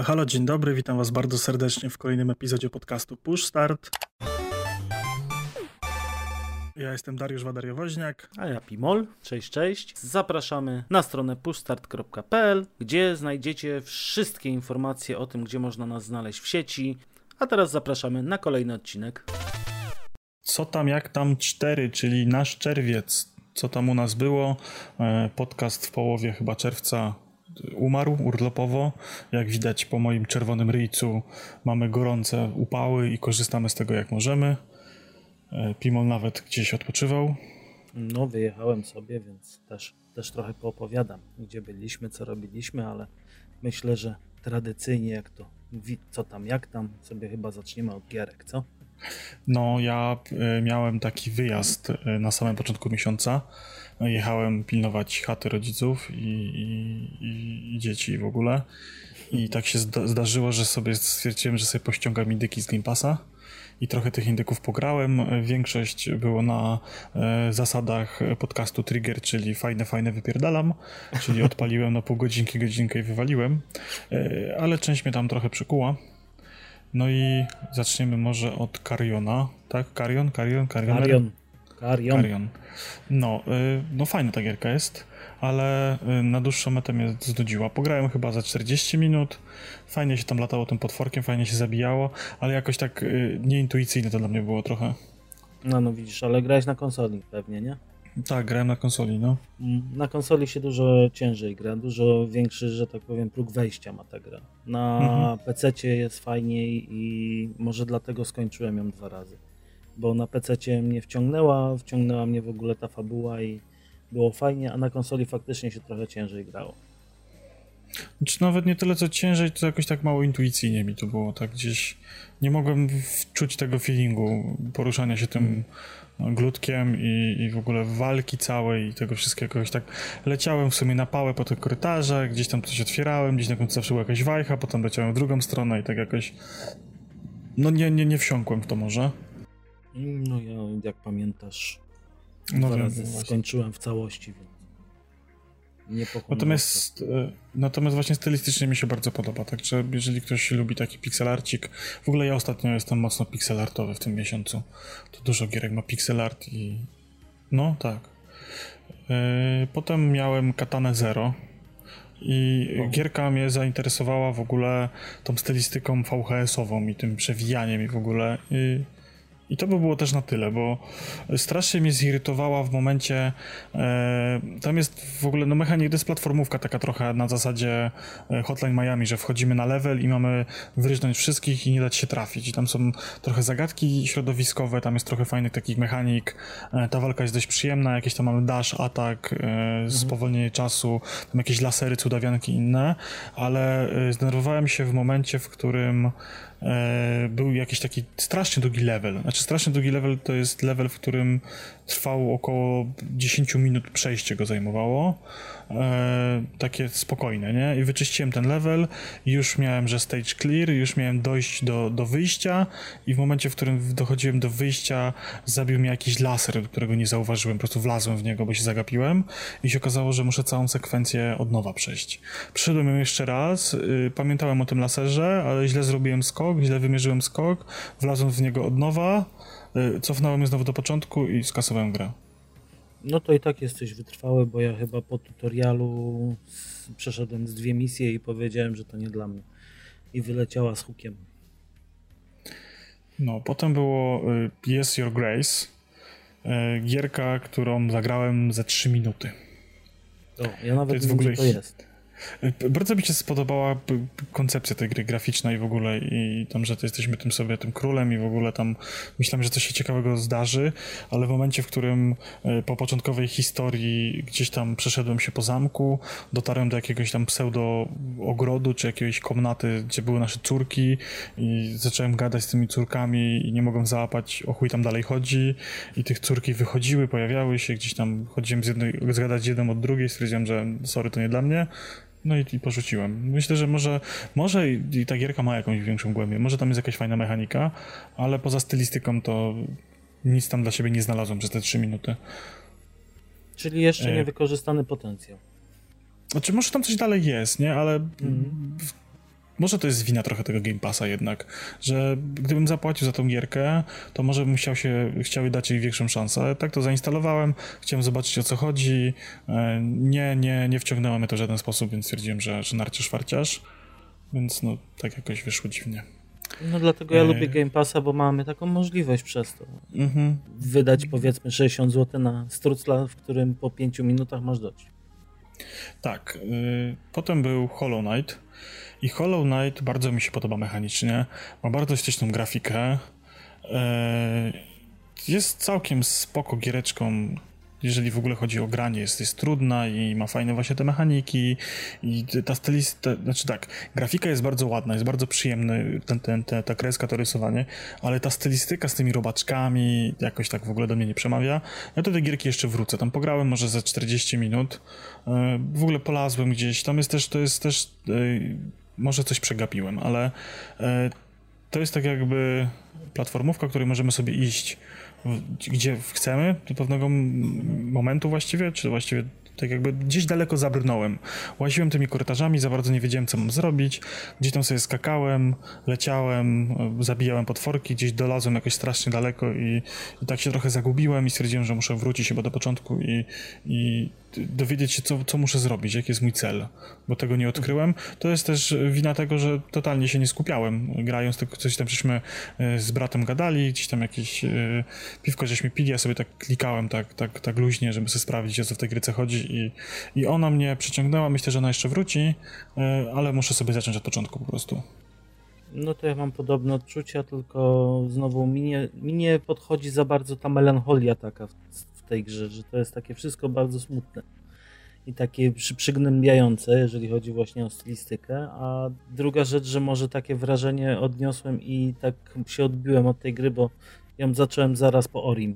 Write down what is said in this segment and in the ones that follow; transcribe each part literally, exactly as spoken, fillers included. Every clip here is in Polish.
halo, dzień dobry, witam was bardzo serdecznie w kolejnym epizodzie podcastu Push Start. Ja jestem Dariusz Wadariowoźniak. A ja Pimol. Cześć, cześć. Zapraszamy na stronę pushstart kropka p l, gdzie znajdziecie wszystkie informacje o tym, gdzie można nas znaleźć w sieci. A teraz zapraszamy na kolejny odcinek. Co tam, jak tam cztery, czyli nasz czerwiec. Co tam u nas było? Podcast w połowie chyba czerwca umarł urlopowo. Jak widać po moim czerwonym ryjcu mamy gorące upały i korzystamy z tego jak możemy. Pimol nawet gdzieś odpoczywał. No, wyjechałem sobie, więc też, też trochę poopowiadam, gdzie byliśmy, co robiliśmy, ale myślę, że tradycyjnie jak to, co tam, jak tam, sobie chyba zaczniemy od gierek, co? No, ja miałem taki wyjazd na samym początku miesiąca. Jechałem pilnować chaty rodziców i, i, i, i dzieci w ogóle. I tak się zda- zdarzyło, że sobie stwierdziłem, że sobie pościągam indyki z Game Passa. I trochę tych indyków pograłem. Większość było na e, zasadach podcastu Trigger, czyli fajne, fajne wypierdalam. Czyli odpaliłem na pół godzinki, godzinkę i wywaliłem. E, ale część mnie tam trochę przykuła. No i zaczniemy może od Cariona, tak? Carion? Carion? Carion? Carion. Carion. Carion. No, y, no fajna ta gierka jest, ale y, na dłuższą metę mnie znudziła. Pograłem chyba za czterdzieści minut, fajnie się tam latało tym potworkiem, fajnie się zabijało, ale jakoś tak y, nieintuicyjne to dla mnie było trochę. No, no widzisz, ale grałeś na konsoli pewnie, nie? Tak, grałem na konsoli, no. Na konsoli się dużo ciężej gra, dużo większy, że tak powiem, próg wejścia ma ta gra. Na mhm. pececie jest fajniej i może dlatego skończyłem ją dwa razy. Bo na pececie mnie wciągnęła, wciągnęła mnie w ogóle ta fabuła i było fajnie, a na konsoli faktycznie się trochę ciężej grało. Znaczy nawet nie tyle co ciężej, to jakoś tak mało intuicyjnie mi to było, tak gdzieś nie mogłem wczuć tego feelingu poruszania się tym glutkiem i, i w ogóle walki całej i tego wszystkiego. Jakoś tak leciałem w sumie na pałę po tych korytarzach, gdzieś tam coś otwierałem, gdzieś na końcu zawsze była jakaś wajcha, potem leciałem w drugą stronę i tak jakoś no nie, nie, nie wsiąkłem w to może. No ja, jak pamiętasz, no dwa wiem, razy właśnie. skończyłem w całości, więc nie pochłonąłem. Natomiast, natomiast właśnie stylistycznie mi się bardzo podoba, także jeżeli ktoś lubi taki pixelarcik, w ogóle ja ostatnio jestem mocno pixelartowy w tym miesiącu, to dużo gierek ma pixelart i no tak. Potem miałem Katanę Zero i o. Gierka mnie zainteresowała w ogóle tą stylistyką V H S-ową i tym przewijaniem i w ogóle i I to by było też na tyle, bo strasznie mnie zirytowała w momencie, e, tam jest w ogóle, no mechanika, to jest platformówka taka trochę na zasadzie Hotline Miami, że wchodzimy na level i mamy wyryżnąć wszystkich i nie dać się trafić. I tam są trochę zagadki środowiskowe, tam jest trochę fajnych takich mechanik, e, ta walka jest dość przyjemna, jakieś tam mamy dash, atak, e, spowolnienie czasu, tam jakieś lasery, cudawianki inne, ale e, zdenerwowałem się w momencie, w którym E, był jakiś taki strasznie długi level. Znaczy strasznie długi level to jest level, w którym trwało około dziesięć minut przejście go zajmowało. E, takie spokojne, nie? I wyczyściłem ten level i już miałem, że stage clear, już miałem dojść do, do wyjścia i w momencie, w którym dochodziłem do wyjścia, zabił mnie jakiś laser, którego nie zauważyłem, po prostu wlazłem w niego, bo się zagapiłem i się okazało, że muszę całą sekwencję od nowa przejść. Przyszedłem ją jeszcze raz, y, pamiętałem o tym laserze, ale źle zrobiłem skok, źle wymierzyłem skok, wlazłem w niego od nowa, y, cofnąłem je znowu do początku i skasowałem grę. No to i tak jesteś wytrwały, bo ja chyba po tutorialu z, przeszedłem z dwie misje i powiedziałem, że to nie dla mnie. I wyleciała z hukiem. No, potem było y, Yes Your Grace, y, gierka, którą zagrałem za trzy minuty. O, ja nawet nie wiem, gdzie to jest. Bardzo mi się spodobała koncepcja tej gry graficzna i w ogóle i tam, że to jesteśmy tym sobie tym królem i w ogóle tam myślałem, że coś się ciekawego zdarzy, ale w momencie, w którym po początkowej historii gdzieś tam przeszedłem się po zamku, dotarłem do jakiegoś tam pseudo ogrodu czy jakiejś komnaty, gdzie były nasze córki i zacząłem gadać z tymi córkami i nie mogłem załapać, o chuj tam dalej chodzi i tych córki wychodziły, pojawiały się, gdzieś tam chodziłem z jednej, zgadać jedną od drugiej, stwierdziłem, że sorry, to nie dla mnie. No i, i porzuciłem. Myślę, że może, może i, i ta gierka ma jakąś większą głębię, może tam jest jakaś fajna mechanika, ale poza stylistyką to nic tam dla siebie nie znalazłem przez te trzy minuty. Czyli jeszcze e... niewykorzystany potencjał. Znaczy może tam coś dalej jest, nie? Ale mm. może to jest wina trochę tego Game Passa jednak, że gdybym zapłacił za tą gierkę, to może bym chciał się, chciał dać jej większą szansę. Ale tak to zainstalowałem, chciałem zobaczyć, o co chodzi. Nie, nie, nie wciągnęło mnie to w żaden sposób, więc stwierdziłem, że, że narciarz farciarz. Więc no, tak jakoś wyszło dziwnie. No dlatego ja e... lubię Game Passa, bo mamy taką możliwość przez to. Mm-hmm. Wydać powiedzmy sześćdziesiąt złotych na strucla, w którym po pięciu minutach masz dość. Tak. Y- potem był Hollow Knight. I Hollow Knight bardzo mi się podoba mechanicznie. Ma bardzo ścieżną grafikę. Y- jest całkiem spoko giereczką. Jeżeli w ogóle chodzi o granie, jest, jest trudna i ma fajne właśnie te mechaniki i ta stylistyka, znaczy tak, grafika jest bardzo ładna, jest bardzo przyjemny ten, ten, ten, ta kreska, to rysowanie, ale ta stylistyka z tymi robaczkami jakoś tak w ogóle do mnie nie przemawia. Ja do tej gierki jeszcze wrócę, tam pograłem może za czterdzieści minut, w ogóle polazłem gdzieś, tam jest też, to jest też, może coś przegapiłem, ale to jest tak jakby platformówka, której możemy sobie iść gdzie chcemy, do pewnego momentu właściwie, czy właściwie tak jakby gdzieś daleko zabrnąłem. Łaziłem tymi korytarzami, za bardzo nie wiedziałem, co mam zrobić. Gdzieś tam sobie skakałem, leciałem, zabijałem potworki, gdzieś dolazłem jakoś strasznie daleko i, i tak się trochę zagubiłem i stwierdziłem, że muszę wrócić chyba do początku i, i dowiedzieć się, co, co muszę zrobić, jaki jest mój cel, bo tego nie odkryłem. To jest też wina tego, że totalnie się nie skupiałem, grając, tylko coś tam żeśmy z bratem gadali, gdzieś tam jakieś piwko żeśmy pili, ja sobie tak klikałem tak, tak, tak luźnie, żeby sobie sprawdzić, o co w tej gryce chodzi i, i ona mnie przyciągnęła, myślę, że ona jeszcze wróci, ale muszę sobie zacząć od początku po prostu. No to ja mam podobne odczucia, tylko znowu mi nie, mi nie podchodzi za bardzo ta melancholia taka w, w tej grze, że to jest takie wszystko bardzo smutne i takie przy, przygnębiające, jeżeli chodzi właśnie o stylistykę, a druga rzecz, że może takie wrażenie odniosłem i tak się odbiłem od tej gry, bo ją zacząłem zaraz po Orim.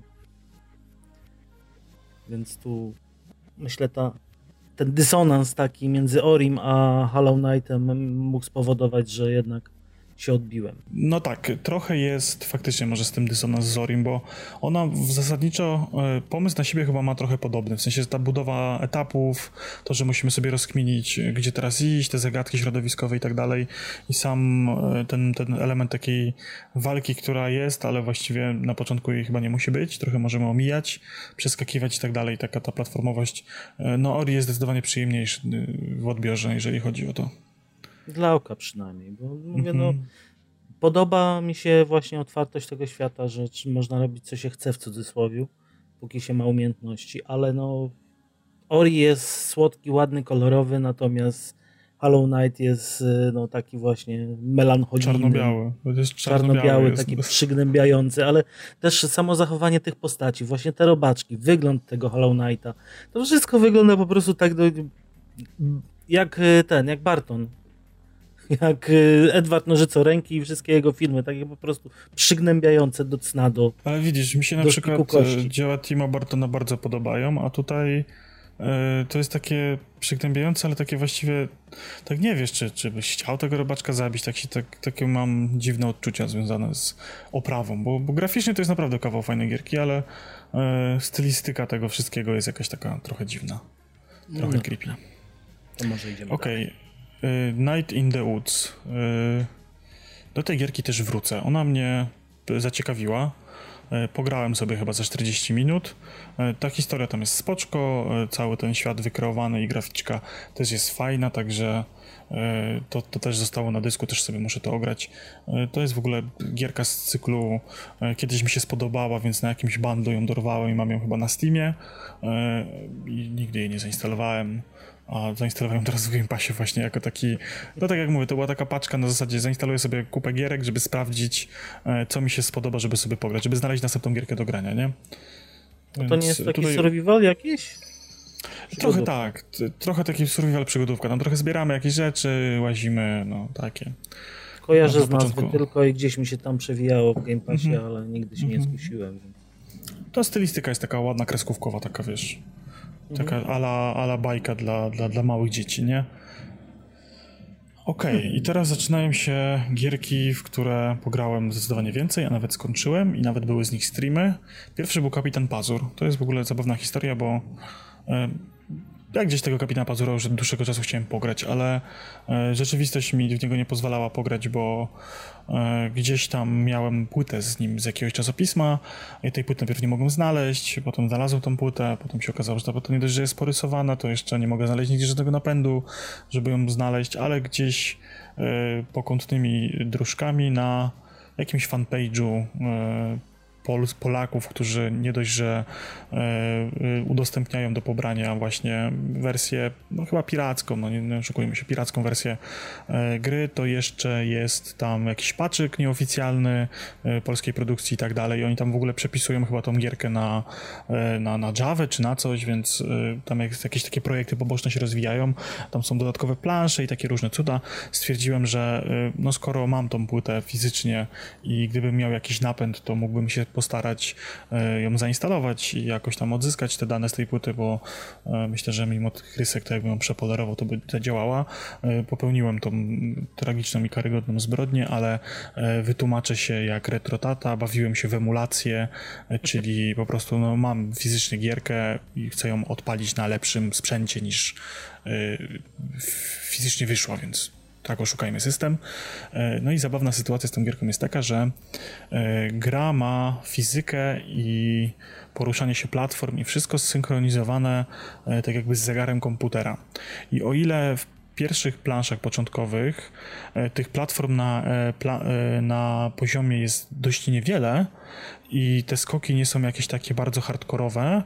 Więc tu myślę, ta, ten dysonans taki między Orim a Hollow Knightem mógł spowodować, że jednak się odbiłem. No tak, trochę jest faktycznie może z tym dysonans z Orim, bo ona w zasadniczo pomysł na siebie chyba ma trochę podobny, w sensie ta budowa etapów, to, że musimy sobie rozkminić, gdzie teraz iść, te zagadki środowiskowe i tak dalej i sam ten, ten element takiej walki, która jest, ale właściwie na początku jej chyba nie musi być, trochę możemy omijać, przeskakiwać i tak dalej, taka ta platformowość. No Ori jest zdecydowanie przyjemniejszy w odbiorze, jeżeli chodzi o to. Dla oka przynajmniej, bo mówię, mm-hmm. no podoba mi się właśnie otwartość tego świata, że można robić co się chce w cudzysłowie, póki się ma umiejętności, ale no Ori jest słodki, ładny, kolorowy, natomiast Hollow Knight jest no taki właśnie melancholijny. Czarno-biały. To jest czarno-biały, czarno-biały jest. Taki przygnębiający, ale też samo zachowanie tych postaci, właśnie te robaczki, wygląd tego Hollow Knighta, to wszystko wygląda po prostu tak do, jak ten, jak Barton. Jak Edward Nożycoręki i wszystkie jego filmy, takie po prostu przygnębiające do cna, do Ale widzisz, mi się na przykład dzieła Tima Bartona bardzo podobają, a tutaj y, to jest takie przygnębiające, ale takie właściwie tak nie wiesz, czy, czy byś chciał tego robaczka zabić, tak się, tak, takie mam dziwne odczucia związane z oprawą, bo, bo graficznie to jest naprawdę kawał fajnej gierki, ale y, stylistyka tego wszystkiego jest jakaś taka trochę dziwna, trochę no. creepy. To może idziemy Okej. Okay. Night in the Woods. Do tej gierki też wrócę. Ona mnie zaciekawiła. Pograłem sobie chyba za czterdzieści minut. Ta historia tam jest spoczko, cały ten świat wykreowany i graficzka też jest fajna, także to, to też zostało na dysku, też sobie muszę to ograć. To jest w ogóle gierka z cyklu, kiedyś mi się spodobała, więc na jakimś bundlu ją dorwałem i mam ją chyba na Steamie i nigdy jej nie zainstalowałem. A zainstalowałem teraz w Game Passie właśnie jako taki, no tak jak mówię, to była taka paczka na zasadzie zainstaluję sobie kupę gierek, żeby sprawdzić, co mi się spodoba, żeby sobie pograć, żeby znaleźć następną gierkę do grania, nie? A to nie jest taki tutaj... survival jakiś? Trochę tak, trochę taki survival przygodówka, tam trochę zbieramy jakieś rzeczy, łazimy, no takie. Kojarzę z nazwy tylko i gdzieś mi się tam przewijało w Game Passie, mm-hmm. ale nigdy się mm-hmm. nie skusiłem. Więc... Ta stylistyka jest taka ładna, kreskówkowa, taka wiesz... Taka ala, ala bajka dla, dla, dla małych dzieci, nie? Okej, okay. I teraz zaczynają się gierki, w które pograłem zdecydowanie więcej, a nawet skończyłem i nawet były z nich streamy. Pierwszy był Kapitan Pazur. To jest w ogóle zabawna historia, bo e, Ja gdzieś tego Kapitana Pazura już od dłuższego czasu chciałem pograć, ale e, rzeczywistość mi w niego nie pozwalała pograć, bo e, gdzieś tam miałem płytę z nim z jakiegoś czasopisma i tej płyty najpierw nie mogłem znaleźć, potem znalazłem tą płytę, potem się okazało, że ta płyta nie dość, że jest porysowana, to jeszcze nie mogę znaleźć nigdzie żadnego napędu, żeby ją znaleźć, ale gdzieś e, pokątnymi dróżkami na jakimś fanpage'u e, Pol, Polaków, którzy nie dość, że e, udostępniają do pobrania właśnie wersję, no chyba piracką, no nie, nie oszukujmy się, piracką wersję e, gry, to jeszcze jest tam jakiś paczyk nieoficjalny e, polskiej produkcji i tak dalej i oni tam w ogóle przepisują chyba tą gierkę na, e, na, na Javę czy na coś, więc e, tam jak, jakieś takie projekty poboczne się rozwijają, tam są dodatkowe plansze i takie różne cuda. Stwierdziłem, że e, no skoro mam tą płytę fizycznie i gdybym miał jakiś napęd, to mógłbym się postarać ją zainstalować i jakoś tam odzyskać te dane z tej płyty, bo myślę, że mimo tych rysek, to jakbym ją przepolerował, to by zadziałała. Popełniłem tą tragiczną i karygodną zbrodnię, ale wytłumaczę się jak retrotata, bawiłem się w emulację, czyli po prostu no, mam fizycznie gierkę i chcę ją odpalić na lepszym sprzęcie niż fizycznie wyszła, więc tak oszukajmy system. No i zabawna sytuacja z tą gierką jest taka, że gra ma fizykę i poruszanie się platform i wszystko zsynchronizowane tak jakby z zegarem komputera. I o ile w pierwszych planszach początkowych tych platform na, na poziomie jest dość niewiele i te skoki nie są jakieś takie bardzo hardkorowe,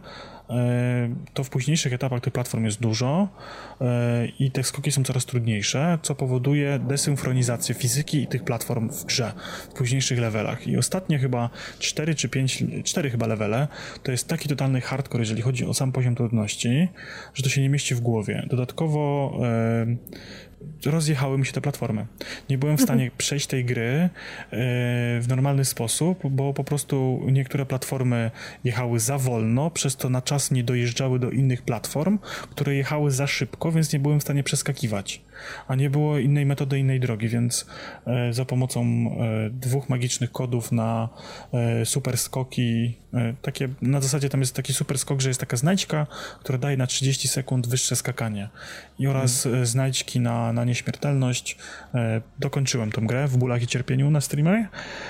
to w późniejszych etapach tych platform jest dużo i te skoki są coraz trudniejsze, co powoduje desynchronizację fizyki i tych platform w grze, w późniejszych levelach. I ostatnie chyba cztery czy pięć, cztery chyba levele, to jest taki totalny hardcore, jeżeli chodzi o sam poziom trudności, że to się nie mieści w głowie. Dodatkowo rozjechały mi się te platformy. Nie byłem w stanie przejść tej gry w normalny sposób, bo po prostu niektóre platformy jechały za wolno, przez to na czas nie dojeżdżały do innych platform, które jechały za szybko, więc nie byłem w stanie przeskakiwać. A nie było innej metody, innej drogi, więc za pomocą dwóch magicznych kodów na super skoki, takie, na zasadzie tam jest taki super skok, że jest taka znajdźka, która daje na trzydzieści sekund wyższe skakanie i oraz hmm. znajdźki na, na nieśmiertelność. Dokończyłem tą grę w bólach i cierpieniu na streamie.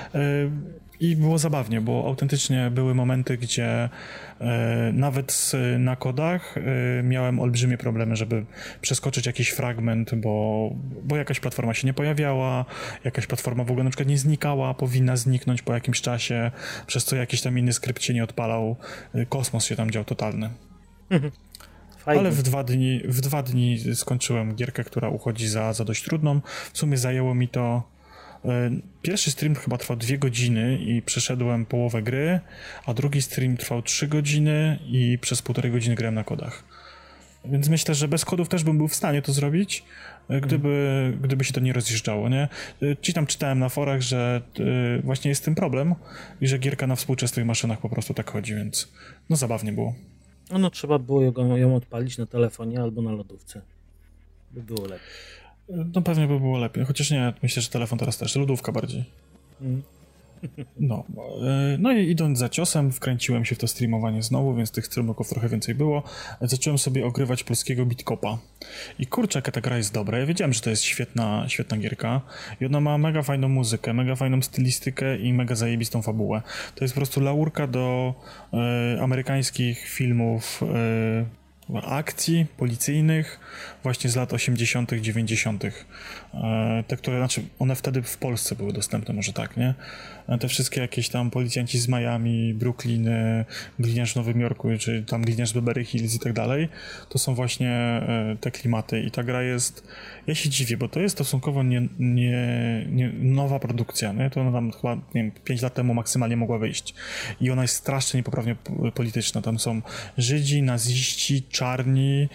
I było zabawnie, bo autentycznie były momenty, gdzie e, nawet z, na kodach e, miałem olbrzymie problemy, żeby przeskoczyć jakiś fragment, bo, bo jakaś platforma się nie pojawiała, jakaś platforma w ogóle na przykład nie znikała, powinna zniknąć po jakimś czasie, przez co jakiś tam inny skrypt się nie odpalał, kosmos się tam dział totalny. Fajnie. Ale w dwa dni, w dwa dni skończyłem gierkę, która uchodzi za, za dość trudną. W sumie zajęło mi to Pierwszy stream chyba trwał dwie godziny i przeszedłem połowę gry, a drugi stream trwał trzy godziny i przez półtorej godziny grałem na kodach. Więc myślę, że bez kodów też bym był w stanie to zrobić, gdyby, hmm. gdyby się to nie rozjeżdżało, nie? Ci tam czytałem na forach, że właśnie jest z tym problem i że gierka na współczesnych maszynach po prostu tak chodzi, więc no zabawnie było. No, no trzeba było ją, ją odpalić na telefonie albo na lodówce, by było lepiej. No pewnie by było lepiej, chociaż nie, myślę, że telefon teraz też, lodówka bardziej. Mm. No, no i idąc za ciosem, wkręciłem się w to streamowanie znowu, więc tych streamoków trochę więcej było. Zacząłem sobie ogrywać polskiego Bitcopa. I kurczę, jaka ta gra jest dobra. Ja wiedziałem, że to jest świetna, świetna gierka i ona ma mega fajną muzykę, mega fajną stylistykę i mega zajebistą fabułę. To jest po prostu laurka do e, amerykańskich filmów e, akcji policyjnych właśnie z lat osiemdziesiątych, dziewięćdziesiątych. Te, które, znaczy one wtedy w Polsce były dostępne, może tak, nie? Te wszystkie jakieś tam policjanci z Miami, Brooklyn, gliniarz w Nowym Jorku, czy tam gliniarz z Beverly Hills i tak dalej, to są właśnie te klimaty i ta gra jest, ja się dziwię, bo to jest stosunkowo nie, nie, nie nowa produkcja, nie? To ona tam chyba, nie wiem, pięć lat temu maksymalnie mogła wyjść i ona jest strasznie niepoprawnie polityczna, tam są Żydzi, naziści, czarni,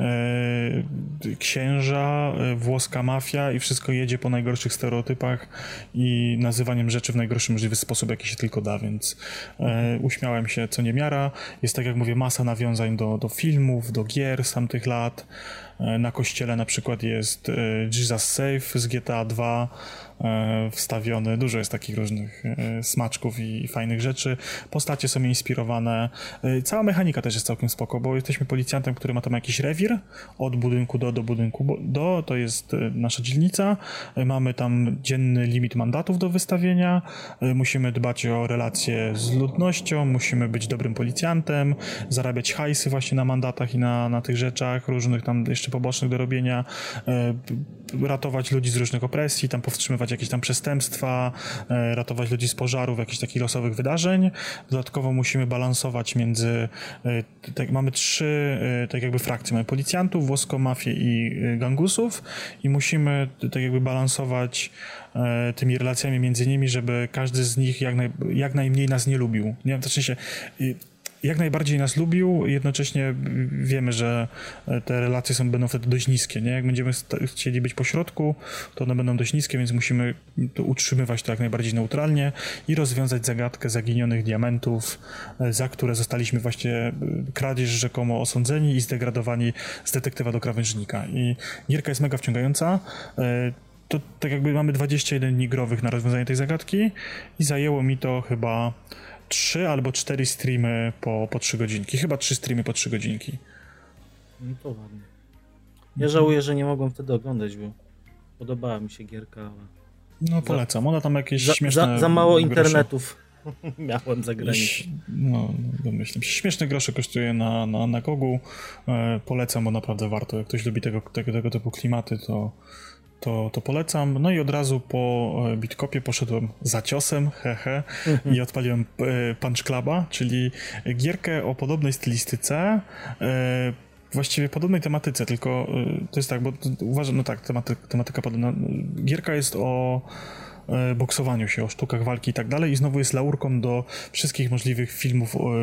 e, księża, e, włoska mafia i wszystko jedzie po najgorszych stereotypach i nazywaniem rzeczy w najgorszy możliwy sposób, jaki się tylko da, więc e, uśmiałem się co niemiara. Jest, tak jak mówię, masa nawiązań do, do filmów, do gier z tamtych lat. Na kościele na przykład jest Jesus Save z G T A dwa wstawiony. Dużo jest takich różnych smaczków i fajnych rzeczy. Postacie są inspirowane. Cała mechanika też jest całkiem spoko, bo jesteśmy policjantem, który ma tam jakiś rewir od budynku do, do budynku do. To jest nasza dzielnica. Mamy tam dzienny limit mandatów do wystawienia. Musimy dbać o relacje z ludnością, musimy być dobrym policjantem, zarabiać hajsy właśnie na mandatach i na, na tych rzeczach, różnych tam jeszcze pobocznych do robienia, ratować ludzi z różnych opresji, tam powstrzymywać jakieś tam przestępstwa, ratować ludzi z pożarów, jakichś takich losowych wydarzeń. Dodatkowo musimy balansować między, tak, mamy trzy tak jakby frakcje, mamy policjantów, włoską mafię i gangusów i musimy tak jakby balansować tymi relacjami między nimi, żeby każdy z nich jak, naj, jak najmniej nas nie lubił. Nie? W sensie, jak najbardziej nas lubił, jednocześnie wiemy, że te relacje są, będą wtedy dość niskie. Nie? Jak będziemy chcieli być po środku, to one będą dość niskie, więc musimy to utrzymywać to jak najbardziej neutralnie i rozwiązać zagadkę zaginionych diamentów, za które zostaliśmy właśnie kradzież rzekomo osądzeni i zdegradowani z detektywa do krawężnika. I gierka jest mega wciągająca. To tak jakby mamy dwadzieścia jeden dni growych na rozwiązanie tej zagadki i zajęło mi to chyba trzy albo cztery streamy po, po trzy godzinki. Chyba trzy streamy po trzy godzinki. No to ładnie. Ja żałuję, że nie mogłem wtedy oglądać, bo podobała mi się gierka, ale... No polecam. Ona tam jakieś za, śmieszne... Za, za mało grosze. internetów miałem za granicą. No, domyślam się. Śmieszne grosze kosztuje na, na, na Gogu. E, polecam, bo naprawdę warto. Jak ktoś lubi tego, tego, tego typu klimaty, to To, to polecam. No i od razu po Bitkopie poszedłem za ciosem, hehe, mhm. i odpaliłem Punch Cluba, czyli gierkę o podobnej stylistyce, właściwie podobnej tematyce, tylko to jest tak, bo uważam, no tak, tematy, tematyka podobna. Gierka jest o boksowaniu się, o sztukach walki i tak dalej i znowu jest laurką do wszystkich możliwych filmów o,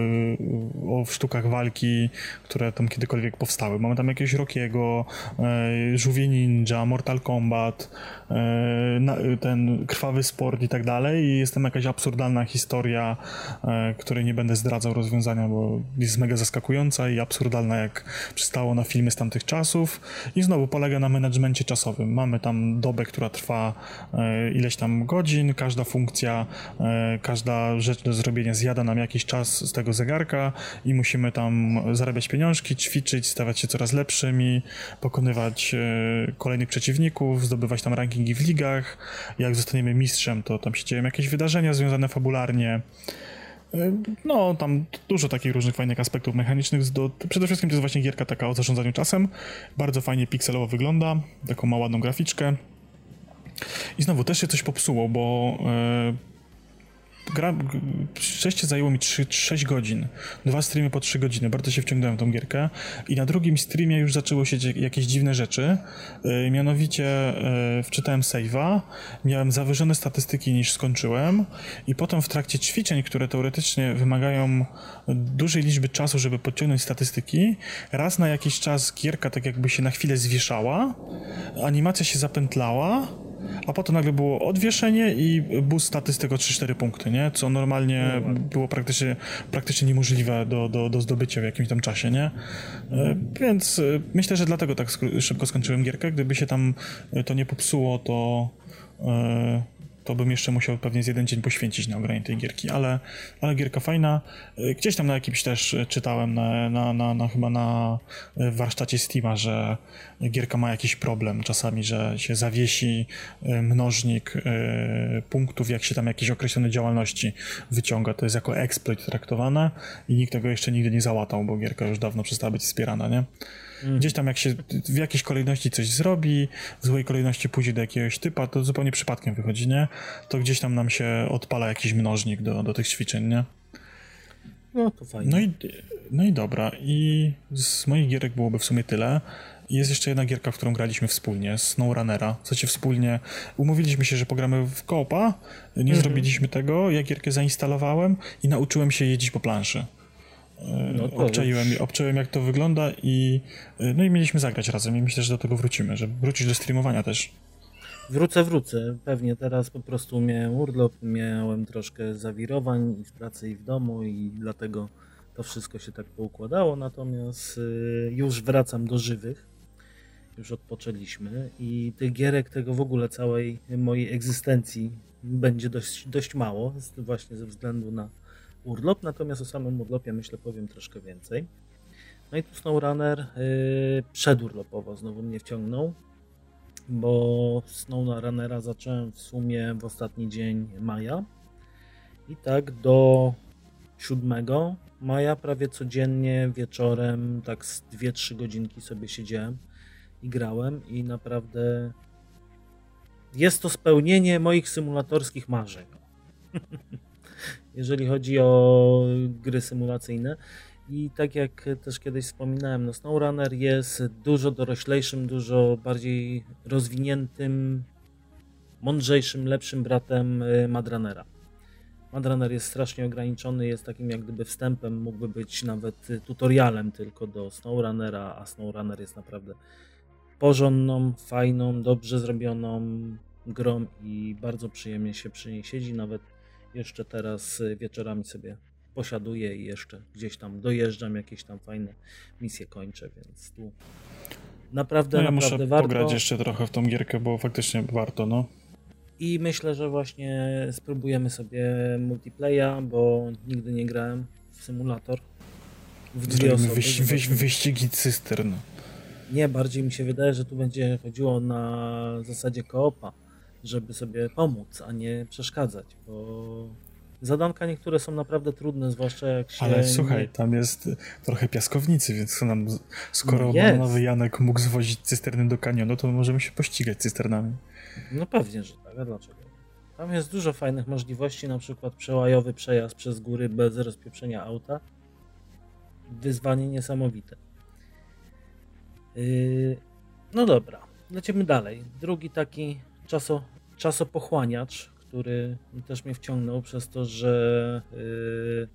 o sztukach walki, które tam kiedykolwiek powstały. Mamy tam jakiegoś Rockiego, e, Żółwie Ninja, Mortal Kombat, e, na, ten Krwawy Sport i tak dalej i jest tam jakaś absurdalna historia, e, której nie będę zdradzał rozwiązania, bo jest mega zaskakująca i absurdalna, jak przystało na filmy z tamtych czasów i znowu polega na managemencie czasowym. Mamy tam dobę, która trwa e, ileś tam godzin, każda funkcja, e, każda rzecz do zrobienia zjada nam jakiś czas z tego zegarka i musimy tam zarabiać pieniążki, ćwiczyć, stawać się coraz lepszymi, pokonywać e, kolejnych przeciwników, zdobywać tam rankingi w ligach. Jak zostaniemy mistrzem, to tam się dzieją jakieś wydarzenia związane fabularnie. E, no, tam dużo takich różnych fajnych aspektów mechanicznych. Do, przede wszystkim to jest właśnie gierka taka o zarządzaniu czasem. Bardzo fajnie pikselowo wygląda, taką ma ładną graficzkę. I znowu też się coś popsuło, bo e, gra, przejście zajęło mi trzy, sześć godzin. Dwa streamy po trzy godziny. Bardzo się wciągnąłem w tą gierkę. I na drugim streamie już zaczęło się dziać jakieś dziwne rzeczy. E, mianowicie e, wczytałem save'a, miałem zawyżone statystyki niż skończyłem i potem w trakcie ćwiczeń, które teoretycznie wymagają dużej liczby czasu, żeby podciągnąć statystyki, raz na jakiś czas gierka tak jakby się na chwilę zwieszała, animacja się zapętlała, a potem nagle było odwieszenie i boost statystyk o trzy cztery punkty, nie? Co normalnie no, było praktycznie, praktycznie niemożliwe do, do, do zdobycia w jakimś tam czasie, nie? E, więc myślę, że dlatego tak szybko skończyłem gierkę. Gdyby się tam to nie popsuło, to e, to bym jeszcze musiał pewnie z jeden dzień poświęcić na ogranie tej gierki, ale, ale gierka fajna. Gdzieś tam na jakimś też czytałem, na, na, na, na chyba na warsztacie Steama, że gierka ma jakiś problem czasami, że się zawiesi mnożnik punktów, jak się tam jakieś określone działalności wyciąga. To jest jako exploit traktowane i nikt tego jeszcze nigdy nie załatał, bo gierka już dawno przestała być wspierana, nie? Gdzieś tam jak się w jakiejś kolejności coś zrobi, w złej kolejności pójdzie do jakiegoś typa, to zupełnie przypadkiem wychodzi, nie? To gdzieś tam nam się odpala jakiś mnożnik do, do tych ćwiczeń, nie? No to fajnie. No i, no i dobra. I z moich gierek byłoby w sumie tyle. Jest jeszcze jedna gierka, w którą graliśmy wspólnie, SnowRunnera. W sensie wspólnie umówiliśmy się, że pogramy w koopa, nie mhm. zrobiliśmy tego, ja gierkę zainstalowałem i nauczyłem się jeździć po planszy. No obczaiłem, obczaiłem jak to wygląda i no i mieliśmy zagrać razem i myślę, że do tego wrócimy, żeby wrócić do streamowania też. Wrócę, wrócę. Pewnie teraz po prostu miałem urlop, miałem troszkę zawirowań i w pracy i w domu i dlatego to wszystko się tak poukładało, natomiast już wracam do żywych. już odpoczęliśmy i tych gierek, tego w ogóle całej mojej egzystencji będzie dość, dość mało, właśnie ze względu na urlop, natomiast o samym urlopie myślę powiem troszkę więcej. No i tu SnowRunner yy, przedurlopowo znowu mnie wciągnął, bo SnowRunnera zacząłem w sumie w ostatni dzień maja i tak do siódmego maja prawie codziennie wieczorem tak z dwie trzy godzinki sobie siedziałem i grałem i naprawdę jest to spełnienie moich symulatorskich marzeń. Jeżeli chodzi o gry symulacyjne. I tak jak też kiedyś wspominałem, no SnowRunner jest dużo doroślejszym, dużo bardziej rozwiniętym, mądrzejszym, lepszym bratem Madrunnera. Madrunner jest strasznie ograniczony, jest takim jak gdyby wstępem, mógłby być nawet tutorialem tylko do SnowRunnera, a SnowRunner jest naprawdę porządną, fajną, dobrze zrobioną grą i bardzo przyjemnie się przy niej siedzi. Nawet jeszcze teraz wieczorami sobie posiaduję i jeszcze gdzieś tam dojeżdżam, jakieś tam fajne misje kończę, więc tu naprawdę, no ja naprawdę muszę warto. pograć jeszcze trochę w tą gierkę, bo faktycznie warto, no. I myślę, że właśnie spróbujemy sobie multiplaya, bo nigdy nie grałem w symulator. W dwie osoby. Wyś, wyś, wyścigi cystern. Nie, bardziej mi się wydaje, że tu będzie chodziło na zasadzie koopa, żeby sobie pomóc, a nie przeszkadzać, bo zadanka niektóre są naprawdę trudne, zwłaszcza jak się... Ale słuchaj, nie... tam jest trochę piaskownicy, więc nam, skoro no bananowy Janek mógł zwozić cysterny do kanionu, to możemy się pościgać cysternami. No pewnie, że tak, a dlaczego? Tam jest dużo fajnych możliwości, na przykład przełajowy przejazd przez góry bez rozpieprzenia auta. Wyzwanie niesamowite. Yy... No dobra, lecimy dalej. Drugi taki czaso, czasopochłaniacz, który też mnie wciągnął przez to, że yy...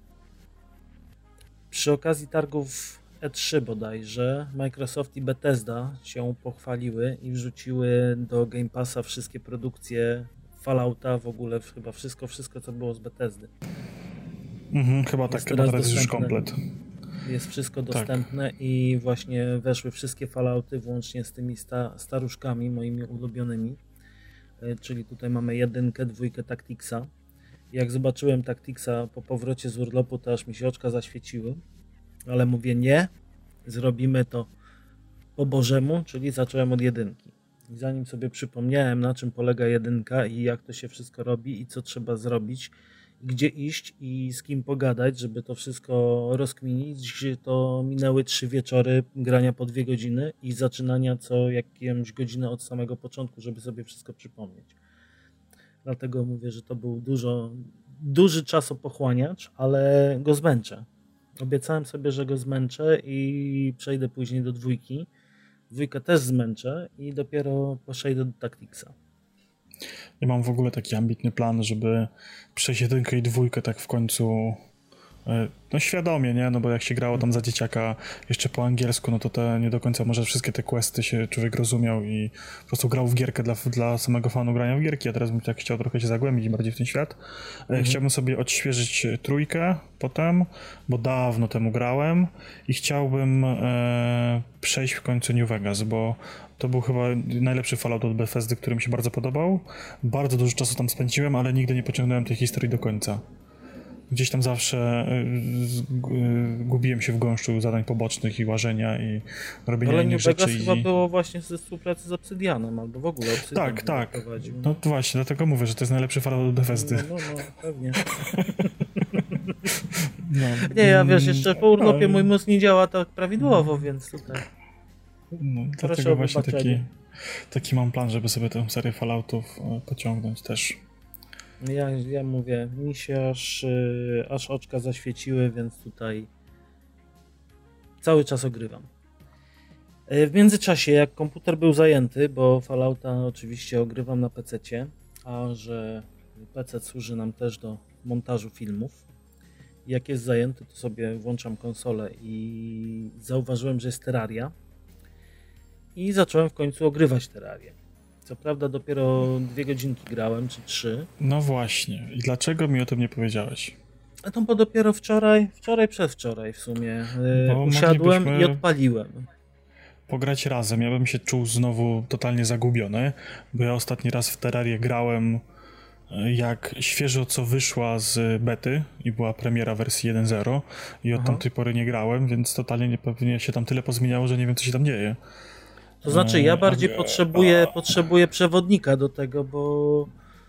przy okazji targów E trzy bodajże Microsoft i Bethesda się pochwaliły i wrzuciły do Game Passa wszystkie produkcje Fallouta, w ogóle chyba wszystko, wszystko co było z Bethesdy. Mhm, chyba jest tak, chyba teraz jest już komplet. Jest wszystko dostępne tak. I właśnie weszły wszystkie Fallouty, włącznie z tymi sta staruszkami moimi ulubionymi, czyli tutaj mamy jedynkę, dwójkę Tacticsa. Jak zobaczyłem Tacticsa po powrocie z urlopu, to aż mi się oczka zaświeciły. Ale mówię nie, zrobimy to po Bożemu, czyli zacząłem od jedynki. I zanim sobie przypomniałem, na czym polega jedynka i jak to się wszystko robi i co trzeba zrobić, gdzie iść i z kim pogadać, żeby to wszystko rozkminić, to minęły trzy wieczory grania po dwie godziny i zaczynania co jakąś godzinę od samego początku, żeby sobie wszystko przypomnieć. Dlatego mówię, że to był dużo, duży czasopochłaniacz, ale go zmęczę. Obiecałem sobie, że go zmęczę i przejdę później do dwójki. Dwójkę też zmęczę i dopiero przejdę do Tacticsa. Ja mam w ogóle taki ambitny plan, żeby przejść jedynkę i dwójkę tak w końcu, no świadomie, nie? No bo jak się grało tam za dzieciaka jeszcze po angielsku, no to te nie do końca może wszystkie te questy się człowiek rozumiał i po prostu grał w gierkę dla, dla samego fanu grania w gierki, a teraz bym tak chciał trochę się zagłębić bardziej w ten świat. Mhm. Chciałbym sobie odświeżyć trójkę potem, bo dawno temu grałem i chciałbym e, przejść w końcu New Vegas, bo to był chyba najlepszy Fallout od Bethesdy, który mi się bardzo podobał. Bardzo dużo czasu tam spędziłem, ale nigdy nie pociągnąłem tej historii do końca. Gdzieś tam zawsze y, y, gubiłem się w gąszczu zadań pobocznych i łażenia i robienia ale innych rzeczy. Ale chyba i... było właśnie ze współpracy z Obsydianem, albo w ogóle Obsydian. Tak, tak. Prowadził. No to właśnie, dlatego mówię, że to jest najlepszy Fallout od Bethesdy. No, no, no, pewnie. no. Nie, ja wiesz, jeszcze po urlopie no. mój mózg nie działa tak prawidłowo, więc tutaj... No, dlatego właśnie taki, taki mam plan, żeby sobie tę serię Falloutów pociągnąć też. Ja, ja mówię, mi się aż, yy, aż oczka zaświeciły, więc tutaj cały czas ogrywam. Yy, w międzyczasie, jak komputer był zajęty, bo Fallouta oczywiście ogrywam na pececie, a że pecet służy nam też do montażu filmów. Jak jest zajęty, to sobie włączam konsolę i zauważyłem, że jest Terraria. I zacząłem w końcu ogrywać Terrarię. Co prawda dopiero dwie godzinki grałem, czy trzy. No właśnie. I dlaczego mi o tym nie powiedziałeś? A to bo dopiero wczoraj, wczoraj przedwczoraj w sumie yy, usiadłem moglibyśmy... i odpaliłem. pograć razem. Ja bym się czuł znowu totalnie zagubiony, bo ja ostatni raz w Terrarię grałem jak świeżo co wyszła z bety i była premiera wersji jeden zero i od Aha. tamtej pory nie grałem, więc totalnie nie, pewnie się tam tyle pozmieniało, że nie wiem, co się tam dzieje. To znaczy, ja bardziej potrzebuję, potrzebuję przewodnika do tego, bo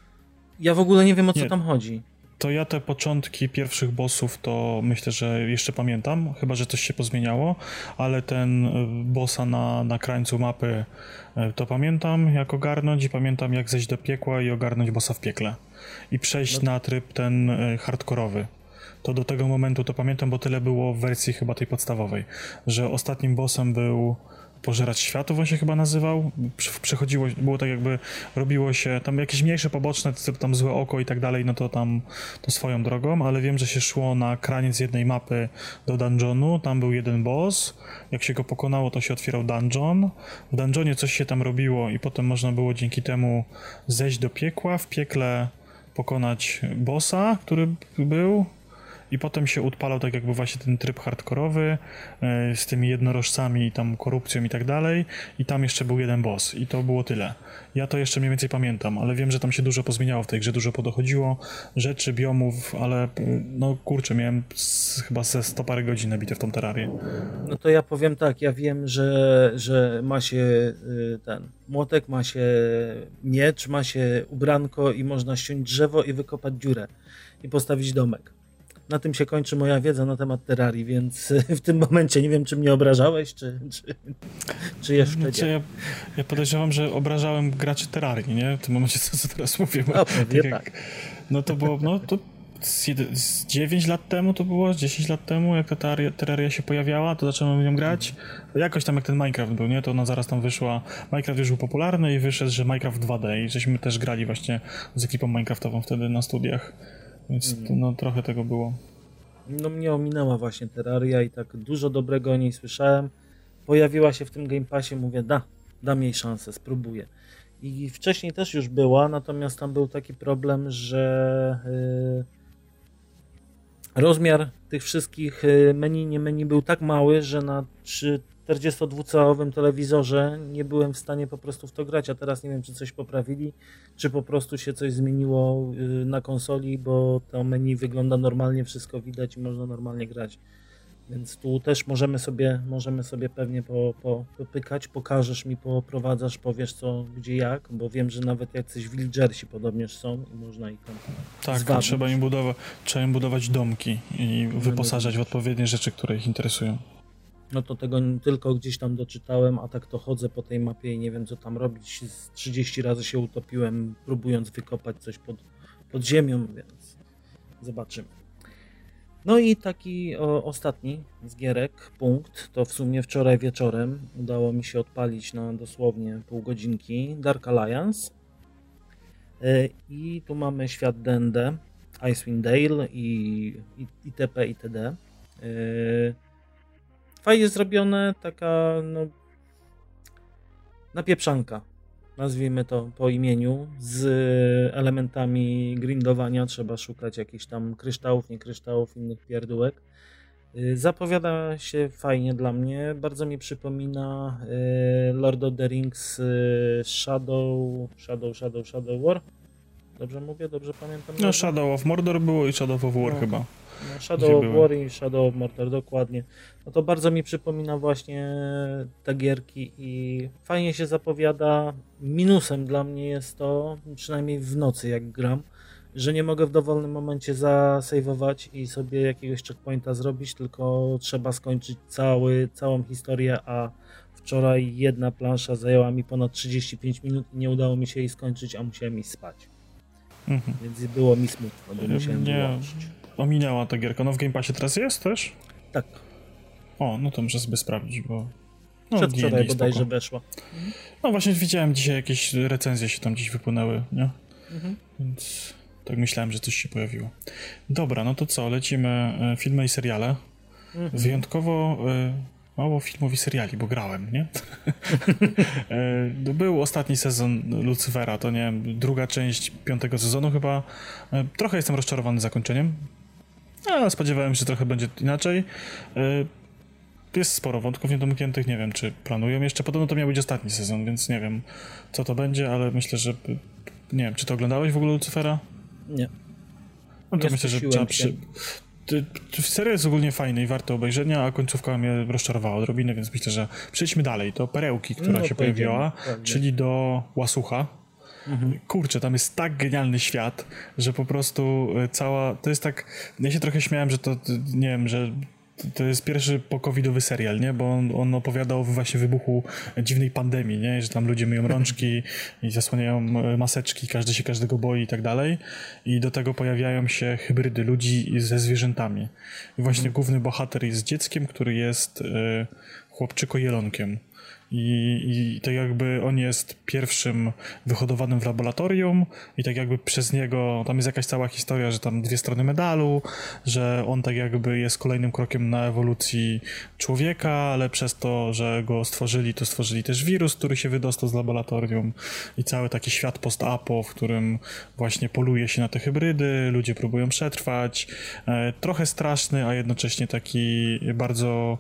ja w ogóle nie wiem, o co nie. tam chodzi. To ja te początki pierwszych bossów to myślę, że jeszcze pamiętam, chyba że coś się pozmieniało, ale ten bossa na, na krańcu mapy to pamiętam jak ogarnąć i pamiętam jak zejść do piekła i ogarnąć bossa w piekle. I przejść no. na tryb ten hardkorowy. To do tego momentu to pamiętam, bo tyle było w wersji chyba tej podstawowej, że ostatnim bossem był Pożerać Światów, on się chyba nazywał. Przechodziło, było tak jakby, robiło się tam jakieś mniejsze poboczne, tam Złe Oko i tak dalej, no to tam to swoją drogą, ale wiem, że się szło na kraniec jednej mapy do dungeonu, tam był jeden boss, jak się go pokonało, to się otwierał dungeon, w dungeonie coś się tam robiło i potem można było dzięki temu zejść do piekła, w piekle pokonać bossa, który był, i potem się odpalał tak jakby właśnie ten tryb hardkorowy yy, z tymi jednorożcami i tam korupcją i tak dalej i tam jeszcze był jeden boss i to było tyle. Ja to jeszcze mniej więcej pamiętam, ale wiem, że tam się dużo pozmieniało w tej grze, dużo podochodziło rzeczy, biomów, ale no kurczę, miałem z, chyba ze sto parę godzin nabite w tą Terrarię. No to ja powiem tak, ja wiem, że, że ma się y, ten młotek, ma się miecz, ma się ubranko i można ściąć drzewo i wykopać dziurę i postawić domek. Na tym się kończy moja wiedza na temat Terrarii, więc w tym momencie nie wiem, czy mnie obrażałeś, czy, czy, czy jeszcze znaczy, nie. Ja, ja podejrzewam, że obrażałem graczy Terrarii, nie? W tym momencie, co, co teraz mówię. No, pewnie tak. tak. No to było, no to z, z dziewięć lat temu to było, z dziesięć lat temu, jak ta Terraria, Terraria się pojawiała, to zacząłem w nią grać. Jakoś tam jak ten Minecraft był, nie? To ona zaraz tam wyszła. Minecraft już był popularny i wyszedł, że Minecraft dwa D i żeśmy też grali właśnie z ekipą Minecraftową wtedy na studiach. Więc no trochę tego było. No mnie ominęła właśnie Terraria i tak dużo dobrego o niej słyszałem. Pojawiła się w tym Game Passie, mówię, da, dam jej szansę, spróbuję. I wcześniej też już była, natomiast tam był taki problem, że yy, rozmiar tych wszystkich menu, nie menu był tak mały, że na czterdziestodwucalowym telewizorze nie byłem w stanie po prostu w to grać, a teraz nie wiem, czy coś poprawili, czy po prostu się coś zmieniło na konsoli, bo to menu wygląda normalnie, wszystko widać i można normalnie grać. Więc tu też możemy sobie, możemy sobie pewnie po, po, popykać, pokażesz mi, poprowadzasz, powiesz co, gdzie, jak, bo wiem, że nawet jacyś villagersi podobnież są i można ich tam tak, zwabić. Trzeba im budować, trzeba im budować domki i wyposażać w odpowiednie rzeczy, które ich interesują. No to tego tylko gdzieś tam doczytałem, a tak to chodzę po tej mapie i nie wiem co tam robić. trzydzieści razy się utopiłem, próbując wykopać coś pod, pod ziemią, więc zobaczymy. No i taki o, ostatni z gierek, punkt, to w sumie wczoraj wieczorem udało mi się odpalić na dosłownie pół godzinki Dark Alliance. Yy, I tu mamy świat D and D, Icewind Dale i, i itp. itd. Yy, Fajnie zrobione, taka no napieprzanka, nazwijmy to po imieniu, z elementami grindowania, trzeba szukać jakichś tam kryształów, nie kryształów, innych pierdółek. Zapowiada się fajnie dla mnie, bardzo mi przypomina Lord of the Rings Shadow, Shadow, Shadow, Shadow War. Dobrze mówię? Dobrze pamiętam? No Shadow of Mordor było i Shadow of War no. chyba. No, Shadow of War i Shadow of Mordor, dokładnie. No to bardzo mi przypomina właśnie te gierki i fajnie się zapowiada. Minusem dla mnie jest to, przynajmniej w nocy jak gram, że nie mogę w dowolnym momencie zasejwować i sobie jakiegoś checkpointa zrobić, tylko trzeba skończyć cały, całą historię, a wczoraj jedna plansza zajęła mi ponad trzydzieści pięć minut i nie udało mi się jej skończyć, a musiałem iść spać. Mhm. Więc było mi smutno, bo musiałem nie. wyłączyć. Ominęła ta gierka. No w Game Passie teraz jest też? Tak. O, no to muszę sobie sprawdzić, bo... No, przedwczoraj bodajże weszła. Mhm. No właśnie widziałem dzisiaj jakieś recenzje się tam gdzieś wypłynęły, nie? Mhm. Więc tak myślałem, że coś się pojawiło. Dobra, no to co? Lecimy filmy i seriale. Mhm. Wyjątkowo y, mało filmów i seriali, bo grałem, nie? Był ostatni sezon Lucyfera, to nie wiem, druga część piątego sezonu chyba. Trochę jestem rozczarowany zakończeniem. Ale spodziewałem się, że trochę będzie inaczej. jest sporo wątków niedomkniętych, nie wiem, czy planują jeszcze. Podobno to miał być ostatni sezon, więc nie wiem, co to będzie, ale myślę, że... Nie wiem, czy to oglądałeś w ogóle Lucyfera? Nie. No to Nie myślę, że trzeba przy... Seria jest ogólnie fajna i warto obejrzenia, a końcówka mnie rozczarowała odrobinę, więc myślę, że przejdźmy dalej do perełki, która no, się pojawiła, pewnie. czyli do Łasucha. Mhm. Kurczę, tam jest tak genialny świat, że po prostu cała... To jest tak... Ja się trochę śmiałem, że to, nie wiem, że to jest pierwszy po-covidowy serial, nie? Bo on, on opowiada o właśnie wybuchu dziwnej pandemii, nie? Że tam ludzie myją rączki i zasłaniają maseczki, każdy się każdego boi i tak dalej. I do tego pojawiają się hybrydy ludzi ze zwierzętami. I właśnie mhm. główny bohater jest dzieckiem, który jest y, chłopczyko-jelonkiem. I, I tak jakby on jest pierwszym wyhodowanym w laboratorium i tak jakby przez niego, tam jest jakaś cała historia, że tam dwie strony medalu, że on tak jakby jest kolejnym krokiem na ewolucji człowieka, ale przez to, że go stworzyli, to stworzyli też wirus, który się wydostał z laboratorium i cały taki świat post-apo, w którym właśnie poluje się na te hybrydy, ludzie próbują przetrwać, e, trochę straszny, a jednocześnie taki bardzo...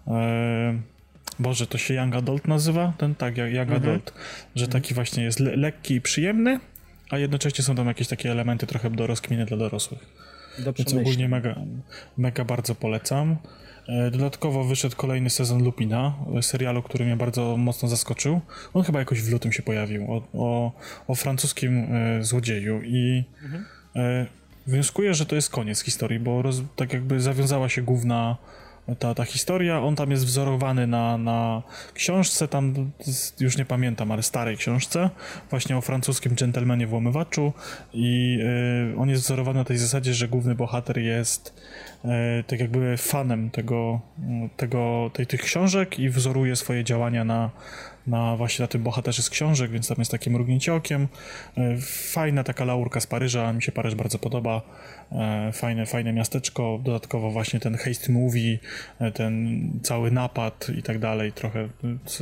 E, Boże, to się Young Adult nazywa? Ten tak, Young mhm. Adult. Że taki właśnie jest le- lekki i przyjemny, a jednocześnie są tam jakieś takie elementy trochę do rozkminy dla dorosłych. Do Więc ogólnie mega, mega bardzo polecam. Dodatkowo wyszedł kolejny sezon Lupina, serialu, który mnie bardzo mocno zaskoczył. On chyba jakoś w lutym się pojawił, o, o, o francuskim e, złodzieju i mhm. e, wnioskuję, że to jest koniec historii, bo roz, tak jakby zawiązała się główna Ta, ta historia, on tam jest wzorowany na, na książce, tam już nie pamiętam, ale starej książce, właśnie o francuskim dżentelmenie włamywaczu i y, on jest wzorowany na tej zasadzie, że główny bohater jest y, tak jakby fanem tego, tego, tej, tych książek i wzoruje swoje działania na, na właśnie na tym bohaterze z książek, więc tam jest takie mrugnięcie okiem. Y, fajna taka laurka z Paryża, mi się Paryż bardzo podoba. Fajne, fajne miasteczko, dodatkowo właśnie ten heist movie, ten cały napad i tak dalej, trochę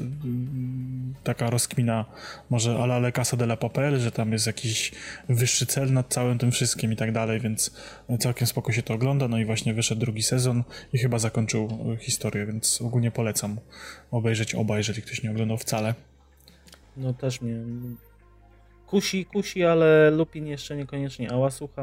taka rozkmina może a la Le Casa de la Papel, że tam jest jakiś wyższy cel nad całym tym wszystkim i tak dalej, więc całkiem spoko się to ogląda, no i właśnie wyszedł drugi sezon i chyba zakończył historię, więc ogólnie polecam obejrzeć oba, jeżeli ktoś nie oglądał wcale. No też mnie kusi, kusi, ale Lupin jeszcze niekoniecznie, a Łasucha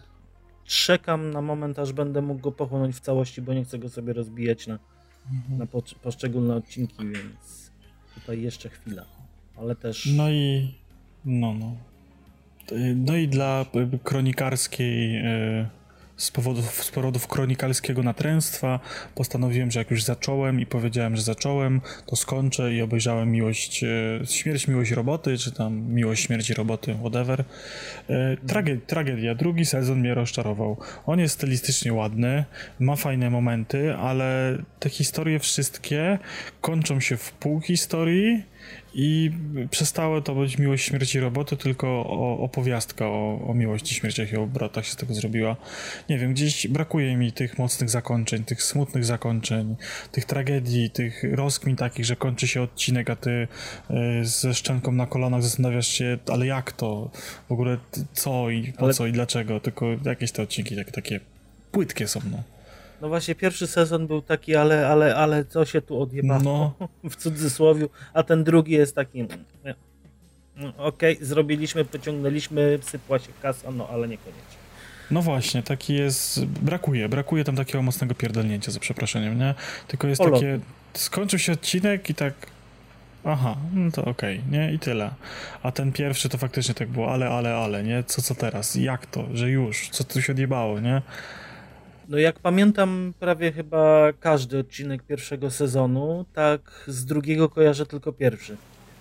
czekam na moment, aż będę mógł go pochłonąć w całości, bo nie chcę go sobie rozbijać na, mhm. na po, poszczególne odcinki, więc tutaj jeszcze chwila, ale też... No i... no, no. No i dla kronikarskiej... Z powodów, z powodów kronikalskiego natręctwa postanowiłem, że jak już zacząłem i powiedziałem, że zacząłem, to skończę i obejrzałem Miłość, Śmierć, Miłość Roboty, czy tam Miłość, Śmierć i Roboty, whatever. Trage- tragedia. Drugi sezon mnie rozczarował. On jest stylistycznie ładny, ma fajne momenty, ale te historie wszystkie kończą się w pół historii i przestało to być Miłość, Śmierć i Roboty, tylko o, opowiastka o, o miłości, śmierciach i obrotach się z tego zrobiła. Nie wiem, gdzieś brakuje mi tych mocnych zakończeń, tych smutnych zakończeń, tych tragedii, tych rozkmin takich, że kończy się odcinek, a ty y, ze szczęką na kolanach zastanawiasz się, ale jak to? W ogóle co i po ale... co i dlaczego? Tylko jakieś te odcinki takie, takie płytkie są, no. No właśnie, pierwszy sezon był taki, ale, ale, ale co się tu odjebało, no. w cudzysłowiu, a ten drugi jest taki, no, okej, okay, zrobiliśmy, pociągnęliśmy, sypła się kasa, no ale niekoniecznie. No właśnie, taki jest, brakuje, brakuje tam takiego mocnego pierdolnięcia, za przeproszeniem, nie? Tylko jest Olo. takie, skończył się odcinek i tak, aha, no to okej, okay, nie? I tyle. A ten pierwszy to faktycznie tak było, ale, ale, ale, nie? Co, co teraz? Jak to? Że już? Co tu się odjebało, nie? No jak pamiętam prawie chyba każdy odcinek pierwszego sezonu, tak z drugiego kojarzę tylko pierwszy.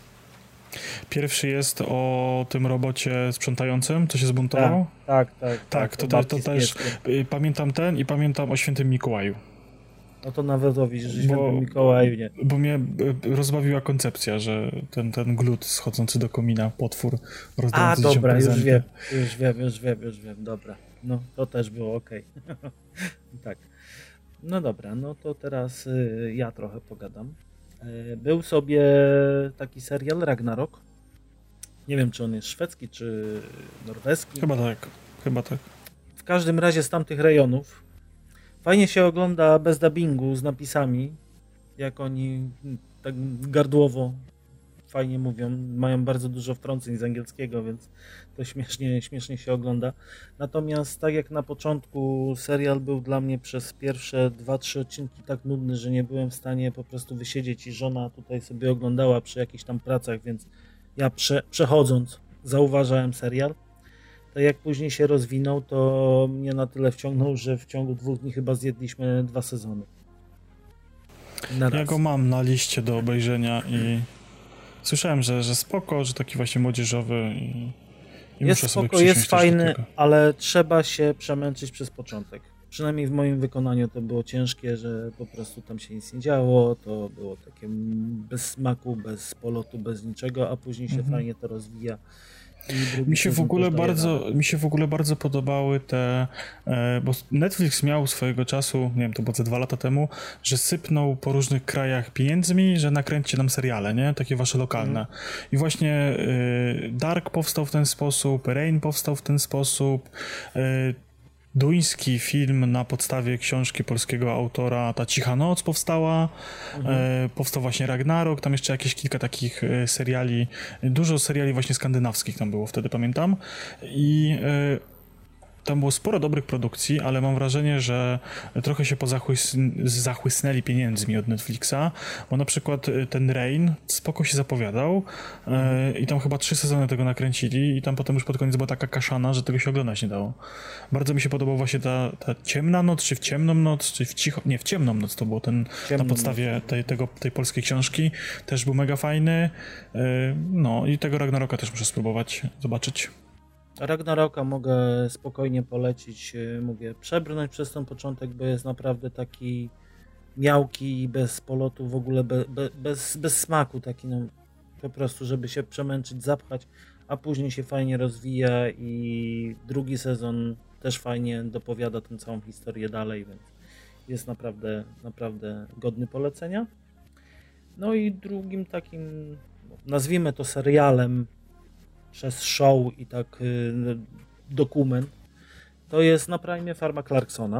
Pierwszy jest o tym robocie sprzątającym, co się zbuntował? Tak, tak, tak. Tak, tak to, to, to też pamiętam ten i pamiętam o Świętym Mikołaju. No to nawet o widzisz, że Świętym Mikołaju nie. Bo mnie rozbawiła koncepcja, że ten, ten glut schodzący do komina, potwór rozdający A, dobra, już wiem, już wiem, już wiem, już wiem, dobra. No, to też było okej. Okay. Tak. No dobra, no to teraz y, ja trochę pogadam. Y, był sobie taki serial Ragnarok. Nie wiem, czy on jest szwedzki, czy norweski. Chyba tak, chyba tak. W każdym razie z tamtych rejonów. Fajnie się ogląda bez dubbingu, z napisami. jak oni tak gardłowo fajnie mówią, mają bardzo dużo wtrąceń z angielskiego, więc to śmiesznie, śmiesznie się ogląda. Natomiast tak jak na początku, serial był dla mnie przez pierwsze dwa trzy odcinki tak nudny, że nie byłem w stanie po prostu wysiedzieć i żona tutaj sobie oglądała przy jakichś tam pracach, więc ja prze, przechodząc zauważałem serial. Tak jak później się rozwinął, to mnie na tyle wciągnął, że w ciągu dwóch dni chyba zjedliśmy dwa sezony. Ja go mam na liście do obejrzenia i słyszałem, że, że spoko, że taki właśnie młodzieżowy i, i jest muszę spoko, sobie jest fajny, tego. ale trzeba się przemęczyć przez początek. Przynajmniej w moim wykonaniu to było ciężkie, że po prostu tam się nic nie działo, to było takie bez smaku, bez polotu, bez niczego, a później się mhm. fajnie to rozwija. Mi się, w ogóle bardzo, mi się w ogóle bardzo podobały te, e, bo Netflix miał swojego czasu, nie wiem, to było ze dwa lata temu, że sypnął po różnych krajach pieniędzmi, że nakręćcie nam seriale, nie? Takie wasze lokalne. Mm. I właśnie e, Dark powstał w ten sposób, Rain powstał w ten sposób, e, duński film na podstawie książki polskiego autora Ta Cicha Noc powstała, mhm. e, powstał właśnie Ragnarok, tam jeszcze jakieś kilka takich e, seriali, dużo seriali właśnie skandynawskich tam było wtedy, pamiętam. I e, tam było sporo dobrych produkcji, ale mam wrażenie, że trochę się pozachłys- zachłysnęli pieniędzmi od Netflixa, bo na przykład ten Rain spoko się zapowiadał e, i tam chyba trzy sezony tego nakręcili i tam potem już pod koniec była taka kaszana, że tego się oglądać nie dało. Bardzo mi się podobała właśnie ta, ta ciemna noc, czy w ciemną noc, czy w cicho... Nie, w ciemną noc to było ten, na podstawie tej, tego, tej polskiej książki. Też był mega fajny. E, no i tego Ragnaroka też muszę spróbować zobaczyć. Ragnaroka mogę spokojnie polecić, mówię, przebrnąć przez ten początek, bo jest naprawdę taki miałki, bez polotu, w ogóle be, be, bez, bez smaku, taki no, po prostu, żeby się przemęczyć, zapchać, a później się fajnie rozwija i drugi sezon też fajnie dopowiada tę całą historię dalej, więc jest naprawdę, naprawdę godny polecenia. No i drugim takim, nazwijmy to serialem, przez show i tak y, dokument, to jest na Prime Farma Clarksona,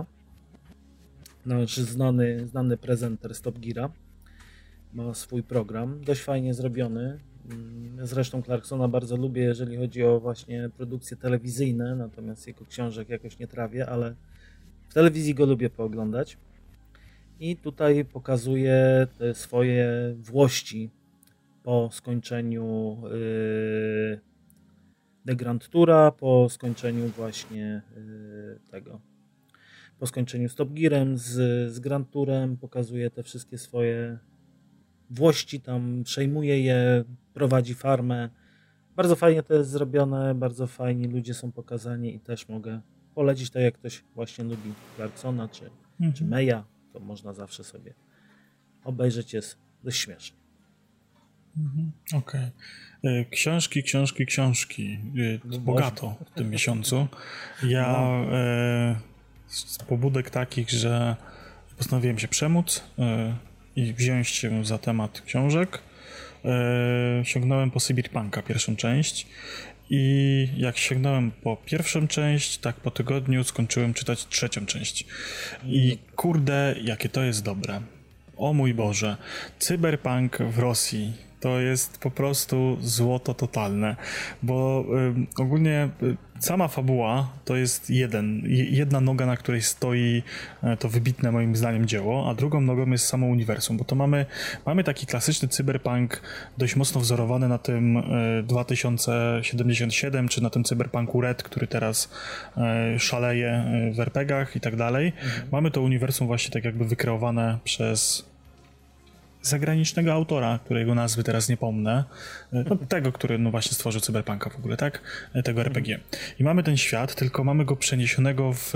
znaczy znany, znany prezenter Top Geara, ma swój program, dość fajnie zrobiony, zresztą Clarksona bardzo lubię, jeżeli chodzi o właśnie produkcje telewizyjne, natomiast jego książek jakoś nie trawię, ale w telewizji go lubię pooglądać i tutaj pokazuje te swoje włości po skończeniu yy, The Grand Toura, po skończeniu właśnie yy, tego, po skończeniu z Top Gearem, z, z Grand Tourem, pokazuje te wszystkie swoje włości, tam przejmuje je, prowadzi farmę. Bardzo fajnie to jest zrobione, bardzo fajni ludzie są pokazani i też mogę polecić, tak jak ktoś właśnie lubi Clarksona czy, mhm. czy Meya, to można zawsze sobie obejrzeć, jest dość śmieszne. Mhm. Okej. Okay. Książki, książki, książki. Bogato w tym miesiącu. Ja no. e, z pobudek takich, że postanowiłem się przemóc e, i wziąć się za temat książek. E, sięgnąłem po Cyberpunka, pierwszą część. I jak sięgnąłem po pierwszą część, tak po tygodniu skończyłem czytać trzecią część. I kurde, jakie to jest dobre. O mój Boże. Cyberpunk w Rosji to jest po prostu złoto totalne, bo y, ogólnie y, sama fabuła to jest jeden, jedna noga, na której stoi y, to wybitne moim zdaniem dzieło, a drugą nogą jest samo uniwersum, bo to mamy, mamy taki klasyczny cyberpunk, dość mocno wzorowany na tym y, dwa tysiące siedemdziesiąt siedem, czy na tym cyberpunku Red, który teraz y, szaleje w er pe gach i tak dalej. Mhm. Mamy to uniwersum właśnie tak jakby wykreowane przez zagranicznego autora, którego nazwy teraz nie pomnę, no, tego, który no właśnie stworzył Cyberpunka w ogóle, tak? Tego er pe gie. I mamy ten świat, tylko mamy go przeniesionego w,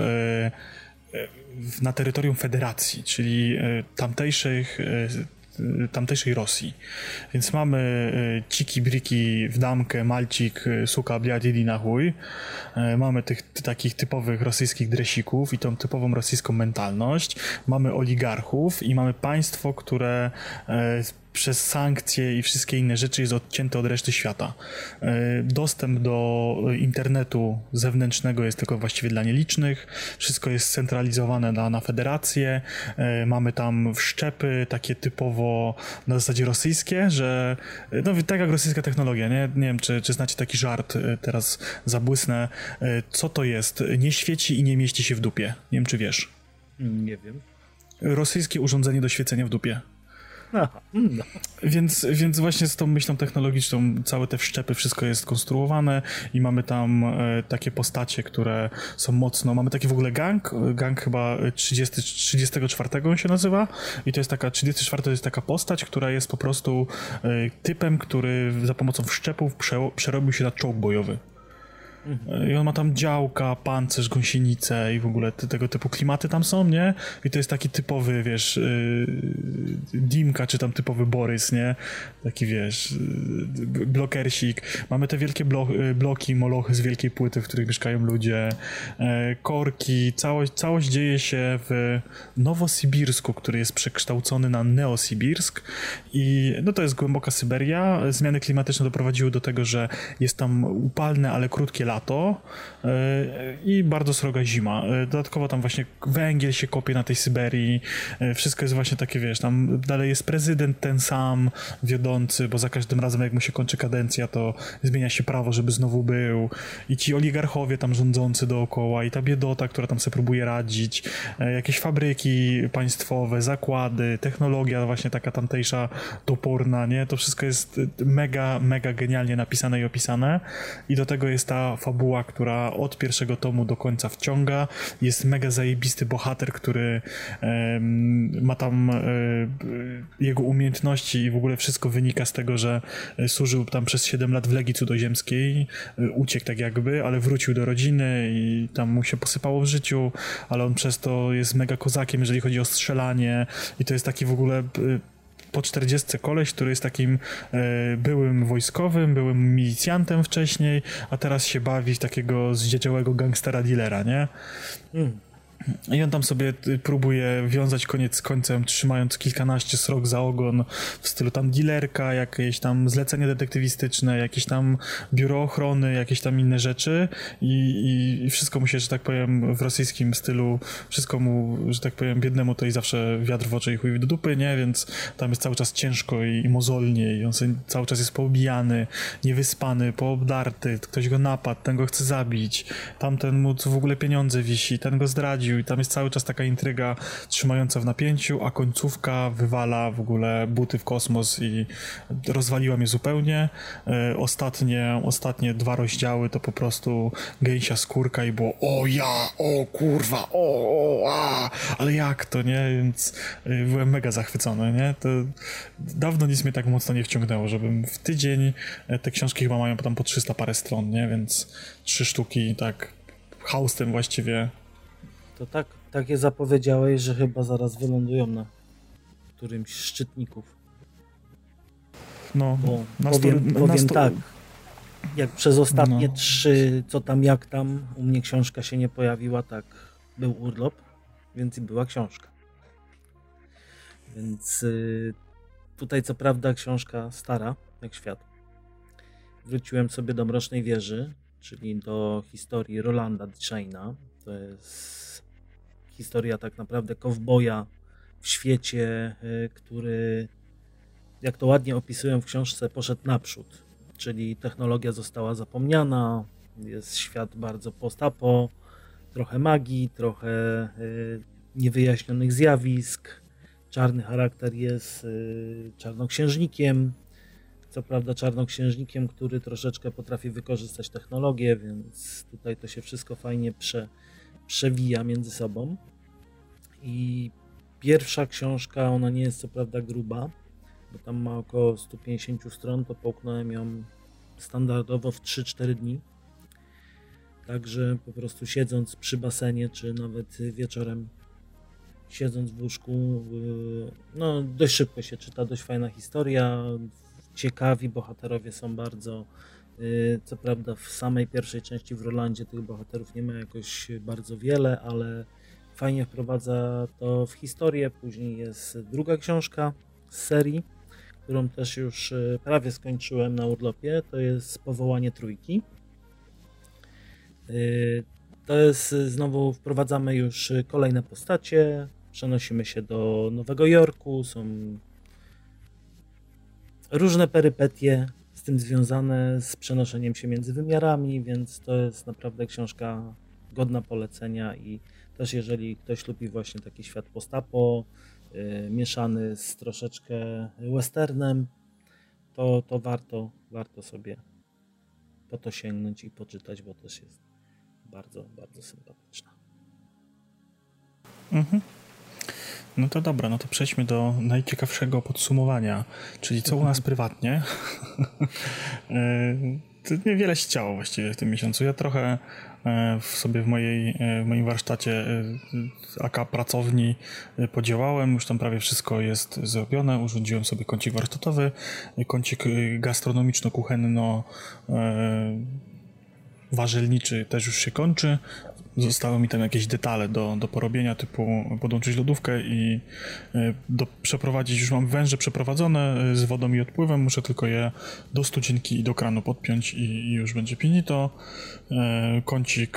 w, na terytorium Federacji, czyli tamtejszych tamtejszej Rosji. Więc mamy ciki, briki, wdamkę, malcik, suka, bliadili na chuj. Mamy tych takich typowych rosyjskich dresików i tą typową rosyjską mentalność. Mamy oligarchów i mamy państwo, które przez sankcje i wszystkie inne rzeczy jest odcięty od reszty świata. Dostęp do internetu zewnętrznego jest tylko właściwie dla nielicznych, wszystko jest scentralizowane na, na federację, mamy tam wszczepy takie typowo na zasadzie rosyjskie, że no tak jak rosyjska technologia, nie, nie wiem czy, czy znacie taki żart, teraz zabłysnę, co to jest? Nie świeci i nie mieści się w dupie. Nie wiem czy wiesz. Nie wiem. Rosyjskie urządzenie do świecenia w dupie. Aha, no. Więc, więc właśnie z tą myślą technologiczną całe te wszczepy, wszystko jest konstruowane i mamy tam e, takie postacie, które są mocno... Mamy taki w ogóle gang, gang chyba trzydziesty, trzydziestego czwartego on się nazywa i to jest taka, trzydziesty czwarty to jest taka postać, która jest po prostu e, typem, który za pomocą wszczepów prze, przerobił się na czołg bojowy. I on ma tam działka, pancerz, gąsienicę i w ogóle te, tego typu klimaty tam są, nie? I to jest taki typowy, wiesz, yy, Dimka, czy tam typowy Borys, nie? Taki, wiesz, yy, blokersik. Mamy te wielkie blo bloki, molochy z wielkiej płyty, w których mieszkają ludzie, yy, korki. Całość, całość dzieje się w Nowosibirsku, który jest przekształcony na Neosibirsk i no to jest głęboka Syberia. Zmiany klimatyczne doprowadziły do tego, że jest tam upalne, ale krótkie lato yy, i bardzo sroga zima. Yy, dodatkowo tam właśnie węgiel się kopie na tej Syberii, yy, wszystko jest właśnie takie, wiesz, tam dalej jest prezydent ten sam, wiodący, bo za każdym razem jak mu się kończy kadencja, to zmienia się prawo, żeby znowu był i ci oligarchowie tam rządzący dookoła i ta biedota, która tam sobie próbuje radzić, yy, jakieś fabryki państwowe, zakłady, technologia właśnie taka tamtejsza toporna, nie? To wszystko jest mega, mega genialnie napisane i opisane i do tego jest ta fabuła, która od pierwszego tomu do końca wciąga. Jest mega zajebisty bohater, który um, ma tam um, jego umiejętności i w ogóle wszystko wynika z tego, że służył tam przez siedem lat w Legii Cudzoziemskiej, uciekł tak jakby, ale wrócił do rodziny i tam mu się posypało w życiu, ale on przez to jest mega kozakiem, jeżeli chodzi o strzelanie i to jest taki w ogóle po czterdziestce koleś, który jest takim e, byłym wojskowym, byłym milicjantem wcześniej, a teraz się bawi w takiego zdziedziałego gangstera dealera, nie? Mm. I on tam sobie próbuje wiązać koniec z końcem, trzymając kilkanaście srok za ogon w stylu tam dealerka, jakieś tam zlecenie detektywistyczne, jakieś tam biuro ochrony, jakieś tam inne rzeczy i, i wszystko mu się, że tak powiem, w rosyjskim stylu, wszystko mu, że tak powiem, biednemu to i zawsze wiatr w oczy i chuj do dupy, nie? Więc tam jest cały czas ciężko i, i mozolnie i on sobie cały czas jest poobijany, niewyspany, poobdarty, ktoś go napadł, ten go chce zabić, tamten mu w ogóle pieniądze wisi, ten go zdradził i tam jest cały czas taka intryga trzymająca w napięciu, a końcówka wywala w ogóle buty w kosmos i rozwaliła mnie zupełnie. E, ostatnie, ostatnie dwa rozdziały to po prostu gęsia skórka i było o ja, o kurwa, o, o a, ale jak to, nie? Więc e, byłem mega zachwycony, nie? To dawno nic mnie tak mocno nie wciągnęło, żebym w tydzień, e, te książki chyba mają tam po trzysta parę stron, nie? Więc trzy sztuki tak haustem właściwie. To tak, tak je zapowiedziałeś, że chyba zaraz wylądują na którymś z szczytników. No, Bo na powiem, sto, powiem na sto... tak, jak przez ostatnie no. trzy, co tam jak tam, u mnie książka się nie pojawiła, tak był urlop, więc i była książka. Więc y, tutaj co prawda książka stara, jak świat. Wróciłem sobie do Mrocznej Wieży, czyli do historii Rolanda Chaina. To jest historia tak naprawdę kowboja w świecie, y, który, jak to ładnie opisują w książce, poszedł naprzód. Czyli technologia została zapomniana, jest świat bardzo post-apo, trochę magii, trochę y, niewyjaśnionych zjawisk. Czarny charakter jest y, czarnoksiężnikiem. Co prawda czarnoksiężnikiem, który troszeczkę potrafi wykorzystać technologię, więc tutaj to się wszystko fajnie prze, przewija między sobą. I pierwsza książka, ona nie jest co prawda gruba, bo tam ma około sto pięćdziesiąt stron, to połknąłem ją standardowo w trzy cztery dni. Także po prostu siedząc przy basenie, czy nawet wieczorem siedząc w łóżku, no dość szybko się czyta, dość fajna historia, ciekawi bohaterowie są bardzo. Co prawda w samej pierwszej części w Rolandzie tych bohaterów nie ma jakoś bardzo wiele, ale fajnie wprowadza to w historię. Później jest druga książka z serii, którą też już prawie skończyłem na urlopie, to jest Powołanie Trójki. To jest, znowu wprowadzamy już kolejne postacie, przenosimy się do Nowego Jorku, są różne perypetie z tym związane, z przenoszeniem się między wymiarami, więc to jest naprawdę książka godna polecenia i też jeżeli ktoś lubi właśnie taki świat post-apo, yy, mieszany z troszeczkę westernem, to, to warto, warto sobie po to sięgnąć i poczytać, bo też jest bardzo, bardzo sympatyczna. Mhm. No to dobra, no to przejdźmy do najciekawszego podsumowania, czyli co u nas prywatnie. To niewiele się działo właściwie w tym miesiącu. Ja trochę w sobie w, mojej, w moim warsztacie A K pracowni podziałałem, już tam prawie wszystko jest zrobione, urządziłem sobie kącik warsztatowy, kącik gastronomiczno-kuchenno warzelniczy też już się kończy. Zostały mi tam jakieś detale do, do porobienia, typu podłączyć lodówkę i do, przeprowadzić, już mam węże przeprowadzone z wodą i odpływem, muszę tylko je do studzienki i do kranu podpiąć i, i już będzie finito. Kącik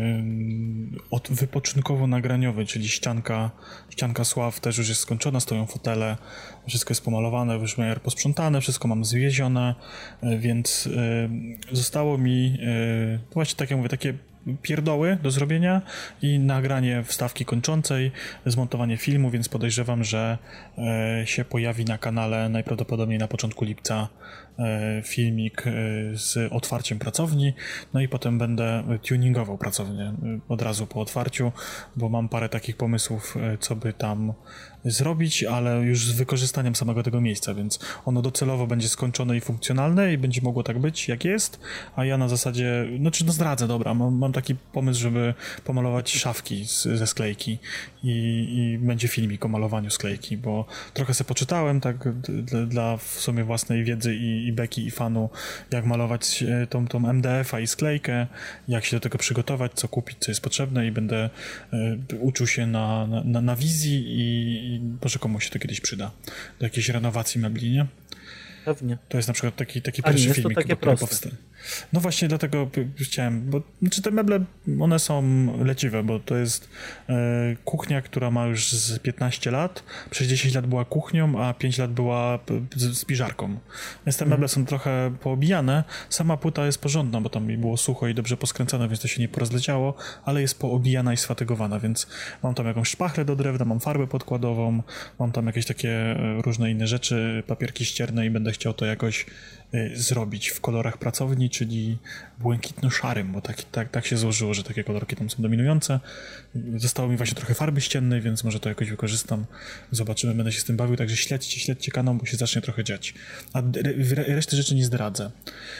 od wypoczynkowo-nagraniowy, czyli ścianka, ścianka Sław też już jest skończona, stoją fotele, wszystko jest pomalowane, wyżmiar posprzątane, wszystko mam zwiezione, więc zostało mi właśnie tak jak mówię, takie pierdoły do zrobienia i nagranie wstawki kończącej, zmontowanie filmu, więc podejrzewam, że e, się pojawi na kanale najprawdopodobniej na początku lipca e, filmik e, z otwarciem pracowni, no i potem będę tuningował pracownię e, od razu po otwarciu, bo mam parę takich pomysłów, e, co by tam zrobić, ale już z wykorzystaniem samego tego miejsca, więc ono docelowo będzie skończone i funkcjonalne i będzie mogło tak być, jak jest, a ja na zasadzie, znaczy no zdradzę, dobra, mam, mam taki pomysł, żeby pomalować szafki z, ze sklejki i, i będzie filmik o malowaniu sklejki, bo trochę sobie poczytałem tak dla, dla w sumie własnej wiedzy i, i beki i fanu, jak malować tą, tą M D F a i sklejkę, jak się do tego przygotować, co kupić, co jest potrzebne i będę y, uczył się na, na, na wizji i i może komuś się to kiedyś przyda. Do jakiejś renowacji mebli, nie? Pewnie. To jest na przykład taki, taki A pierwszy nie jest filmik, to takie który proste. powstał. No właśnie dlatego chciałem, bo znaczy te meble, one są leciwe, bo to jest e, kuchnia, która ma już z piętnaście lat, przez dziesięć lat była kuchnią, a pięć lat była z, z piżarką. Więc te meble mhm. są trochę poobijane, sama płyta jest porządna, bo tam było sucho i dobrze poskręcone, więc to się nie porozleciało, ale jest poobijana i sfatygowana, więc mam tam jakąś szpachlę do drewna, mam farbę podkładową, mam tam jakieś takie różne inne rzeczy, papierki ścierne i będę chciał to jakoś zrobić w kolorach pracowni, czyli błękitno-szarym, bo tak, tak, tak się złożyło, że takie kolorki tam są dominujące. Zostało mi właśnie trochę farby ściennej, więc może to jakoś wykorzystam. Zobaczymy, będę się z tym bawił, także śledźcie, śledźcie kanał, bo się zacznie trochę dziać. A reszty rzeczy nie zdradzę.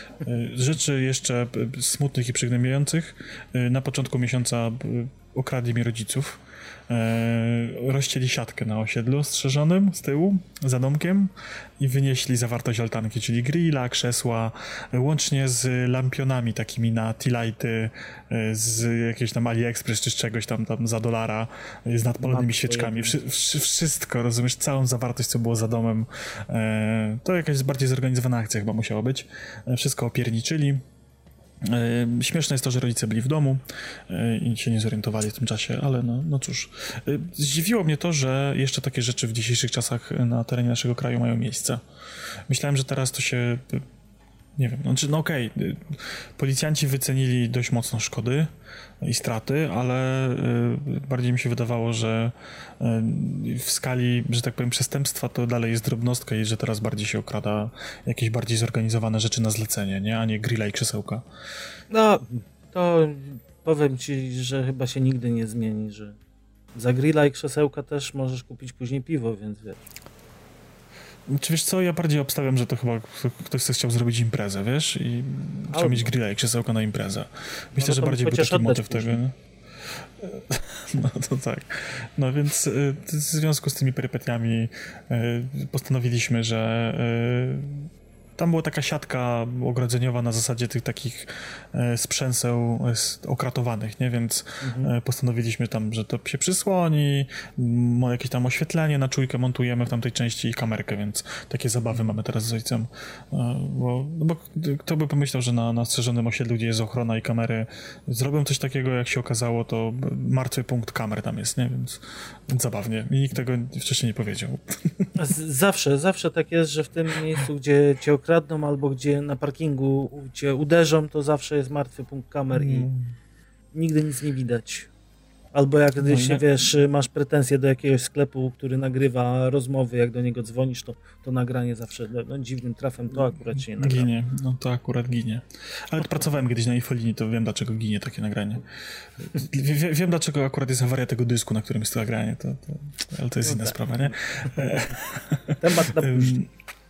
Rzeczy jeszcze smutnych i przygnębiających. Na początku miesiąca okradli mi rodziców. E, rozcięli siatkę na osiedlu strzeżonym z tyłu, za domkiem i wynieśli zawartość altanki, czyli grilla, krzesła, łącznie z lampionami takimi na T-lighty, z jakiegoś tam AliExpress czy z czegoś tam, tam za dolara, z nadpalonymi świeczkami. Wszy, wszy, wszystko, rozumiesz, całą zawartość, co było za domem. E, to jakaś bardziej zorganizowana akcja chyba musiała być. E, wszystko opierniczyli. Yy, śmieszne jest to, że rodzice byli w domu yy, i się nie zorientowali w tym czasie, ale no, no cóż. Yy, zdziwiło mnie to, że jeszcze takie rzeczy w dzisiejszych czasach na terenie naszego kraju mają miejsce. Myślałem, że teraz to się... Yy, nie wiem, znaczy, no okej, okay, policjanci wycenili dość mocno szkody i straty, ale y, bardziej mi się wydawało, że y, w skali, że tak powiem, przestępstwa to dalej jest drobnostka i że teraz bardziej się okrada jakieś bardziej zorganizowane rzeczy na zlecenie, nie? A nie grilla i krzesełka. No, to powiem ci, że chyba się nigdy nie zmieni, że za grilla i krzesełka też możesz kupić później piwo, więc wiesz. Czy wiesz co, ja bardziej obstawiam, że to chyba ktoś chce chciał zrobić imprezę, wiesz? I chciał Albo. mieć grilla i krzesełka na imprezę. Myślę, no, że bardziej był taki motyw tego. No to tak. No więc w związku z tymi perypetiami postanowiliśmy, że tam była taka siatka ogrodzeniowa na zasadzie tych takich e, sprzęseł e, okratowanych, nie? Więc mhm. e, postanowiliśmy tam, że to się przysłoni, m, jakieś tam oświetlenie na czujkę montujemy w tamtej części i kamerkę, więc takie zabawy mamy teraz z ojcem. E, bo, no bo kto by pomyślał, że na, na strzeżonym osiedlu, gdzie jest ochrona i kamery, zrobią coś takiego, jak się okazało, to martwy punkt kamer tam jest, nie? Więc, więc zabawnie. I nikt tego wcześniej nie powiedział. Zawsze, zawsze tak jest, że w tym miejscu, gdzie cię okradną albo gdzie na parkingu cię uderzą, to zawsze jest martwy punkt kamer i mm. nigdy nic nie widać. Albo jak no, się, wiesz, masz pretensje do jakiegoś sklepu, który nagrywa rozmowy, jak do niego dzwonisz, to, to nagranie zawsze no, dziwnym trafem to akurat się nie nagra. Ginie, no to akurat ginie. Ale pracowałem kiedyś na infolinii, to wiem, dlaczego ginie takie nagranie. Wie, wiem, dlaczego akurat jest awaria tego dysku, na którym jest to nagranie, to, to, ale to jest no inna tak. sprawa, nie? Temat na później.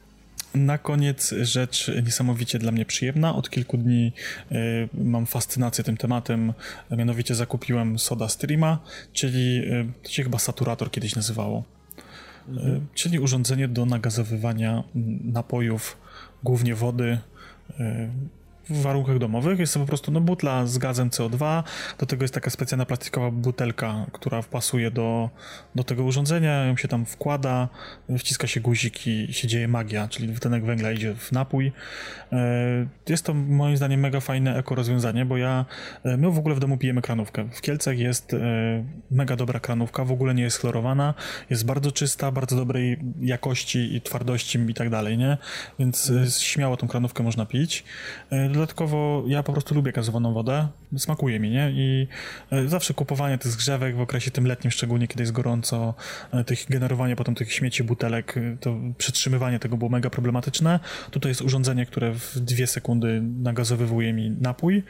Na koniec rzecz niesamowicie dla mnie przyjemna. Od kilku dni y, mam fascynację tym tematem. Mianowicie zakupiłem Soda Streama, czyli y, to się chyba saturator kiedyś nazywało. Mhm. Y, czyli urządzenie do nagazowywania napojów, głównie wody, y, w warunkach domowych. Jest to po prostu no, butla z gazem C O dwa, do tego jest taka specjalna plastikowa butelka, która wpasuje do, do tego urządzenia, ją się tam wkłada, wciska się guzik i się dzieje magia, czyli dwutlenek węgla idzie w napój. Jest to moim zdaniem mega fajne eko rozwiązanie, bo ja, my w ogóle w domu pijemy kranówkę. W Kielcach jest mega dobra kranówka, w ogóle nie jest chlorowana, jest bardzo czysta, bardzo dobrej jakości i twardości i tak dalej, nie? Więc śmiało tą kranówkę można pić. Dodatkowo ja po prostu lubię gazowaną wodę, smakuje mi, nie? I zawsze kupowanie tych zgrzewek w okresie tym letnim, szczególnie kiedy jest gorąco, tych generowanie potem tych śmieci butelek, to przytrzymywanie tego było mega problematyczne. Tutaj jest urządzenie, które w dwie sekundy nagazowywuje mi napój.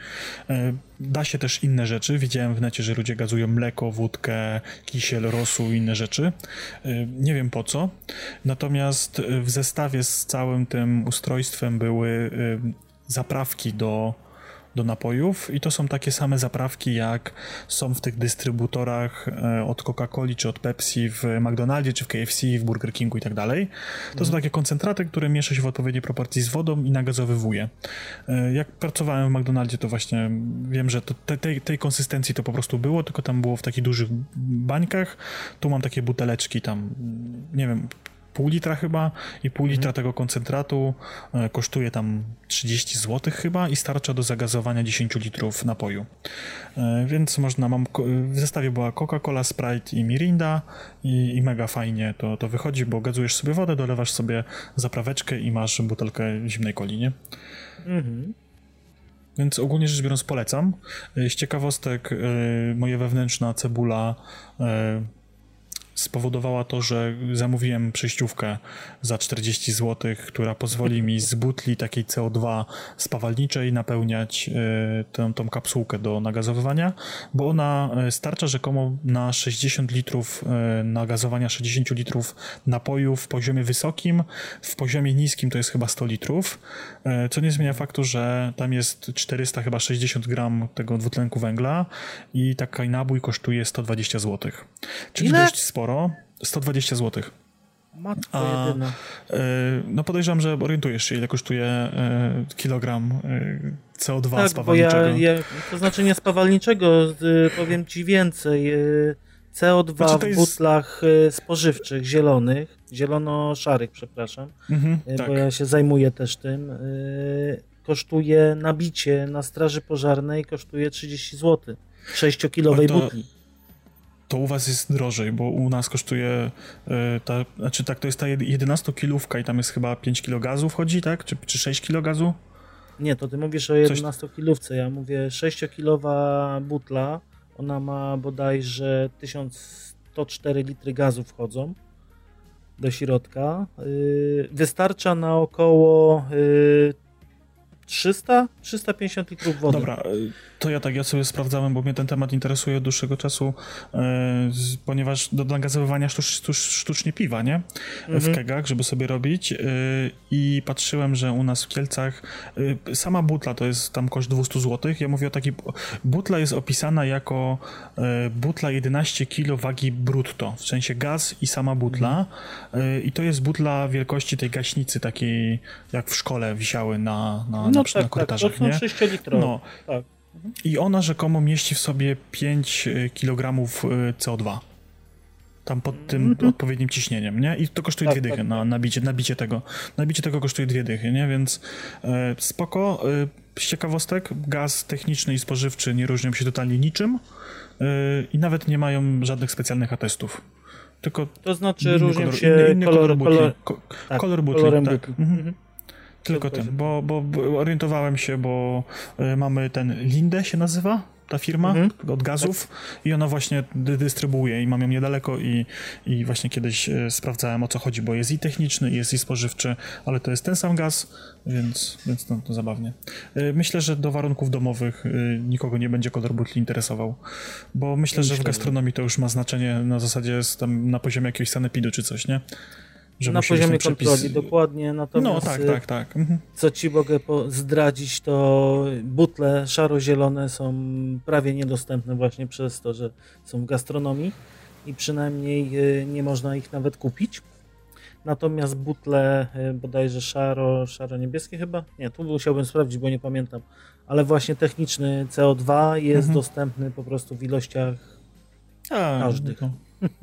Da się też inne rzeczy. Widziałem w necie, że ludzie gazują mleko, wódkę, kisiel, rosół i inne rzeczy. Nie wiem po co. Natomiast w zestawie z całym tym ustrojstwem były zaprawki do, do napojów i to są takie same zaprawki, jak są w tych dystrybutorach od Coca-Coli, czy od Pepsi w McDonaldzie, czy w K F C, w Burger Kingu i tak dalej. To mm. są takie koncentraty, które miesza się w odpowiedniej proporcji z wodą i nagazowywuje. Jak pracowałem w McDonaldzie, to właśnie wiem, że to te, tej, tej konsystencji to po prostu było, tylko tam było w takich dużych bańkach. Tu mam takie buteleczki tam, nie wiem, pół litra chyba i pół litra mhm. tego koncentratu e, kosztuje tam trzydzieści złotych chyba i starcza do zagazowania dziesięć litrów napoju. E, więc można, mam, w zestawie była Coca-Cola, Sprite i Mirinda i, i mega fajnie to, to wychodzi, bo gazujesz sobie wodę, dolewasz sobie zapraweczkę i masz butelkę zimnej coli, nie? Mhm. Więc ogólnie rzecz biorąc polecam. Z ciekawostek e, moja wewnętrzna cebula e, spowodowała to, że zamówiłem przejściówkę za czterdzieści złotych, która pozwoli mi z butli takiej C O dwa spawalniczej napełniać y, tę, tą kapsułkę do nagazowywania, bo ona starcza rzekomo na sześćdziesiąt litrów y, nagazowania, sześćdziesiąt litrów napoju w poziomie wysokim, w poziomie niskim to jest chyba sto litrów, y, co nie zmienia faktu, że tam jest czterysta chyba sześćdziesiąt gram tego dwutlenku węgla i taki nabój kosztuje sto dwadzieścia złotych. Czyli Ile? dość sporo. sto dwadzieścia złotych. Matko jedyna. Y, no podejrzewam, że orientujesz się, ile kosztuje y, kilogram y, C O dwa tak, spawalniczego. Bo ja, ja, to znaczy nie spawalniczego, y, powiem ci więcej. Y, C O dwa znaczy w butlach jest... spożywczych, zielonych, zielono-szarych, przepraszam, mhm, y, tak. bo ja się zajmuję też tym. Y, kosztuje nabicie na straży pożarnej, kosztuje trzydzieści złotych. sześciokilowej to... butli. To u was jest drożej, bo u nas kosztuje y, ta, znaczy tak, to jest ta jedenastokilówka i tam jest chyba pięć kilo gazu wchodzi, tak? Czy, czy sześć kilo gazu? Nie, to ty mówisz o jedenastokilówce, ja mówię sześciokilowa butla, ona ma bodajże tysiąc sto cztery litry gazu wchodzą do środka. Yy, wystarcza na około yy, trzysta trzysta pięćdziesiąt litrów wody. Dobra, to ja tak, ja sobie sprawdzałem, bo mnie ten temat interesuje od dłuższego czasu, e, z, ponieważ do nagazowywania sztucz, sztucz, sztucznie piwa, nie? Mhm. W kegach, żeby sobie robić e, i patrzyłem, że u nas w Kielcach e, sama butla to jest tam koszt dwieście złotych. Ja mówię o takiej, butla jest opisana jako e, butla jedenaście kilo wagi brutto, w sensie gaz i sama butla mhm. e, i to jest butla wielkości tej gaśnicy takiej, jak w szkole wisiały na, na, no na, tak, na korytarzach, tak, to są sześciolitrowe. No. Tak. I ona rzekomo mieści w sobie pięć kilogramów C O dwa. Tam pod tym mm-hmm. odpowiednim ciśnieniem, nie? I to kosztuje tak, dwie dychy tak, na nabicie, nabicie tego. Nabicie tego kosztuje dwie dychy, nie? Więc e, spoko. E, z ciekawostek, gaz techniczny i spożywczy nie różnią się totalnie niczym e, i nawet nie mają żadnych specjalnych atestów. Tylko to znaczy różnią kolor, się inny, inny kolor, kolor butli. Kolor, ko, tak, kolor butli, kolorem tak. butli. Mhm. Tylko ten, bo, bo, bo orientowałem się, bo y, mamy ten Linde się nazywa, ta firma mhm. od gazów tak. i ona właśnie dy- dystrybuuje i mam ją niedaleko i, i właśnie kiedyś y, sprawdzałem o co chodzi, bo jest i techniczny, i jest i spożywczy, ale to jest ten sam gaz, więc, więc no, to zabawnie. Y, myślę, że do warunków domowych y, nikogo nie będzie kolor butli interesował, bo myślę, myślę, że w gastronomii to już ma znaczenie na zasadzie jest tam na poziomie jakiegoś sanepidu czy coś, nie? Że na poziomie kontroli, przepis... dokładnie, natomiast no, tak, tak, tak. Mhm. co ci mogę po- zdradzić, to butle szaro-zielone są prawie niedostępne właśnie przez to, że są w gastronomii i przynajmniej y, nie można ich nawet kupić. Natomiast butle y, bodajże szaro, szaro-niebieskie chyba? Nie, tu musiałbym sprawdzić, bo nie pamiętam, ale właśnie techniczny C O dwa jest mhm. dostępny po prostu w ilościach A, każdych. No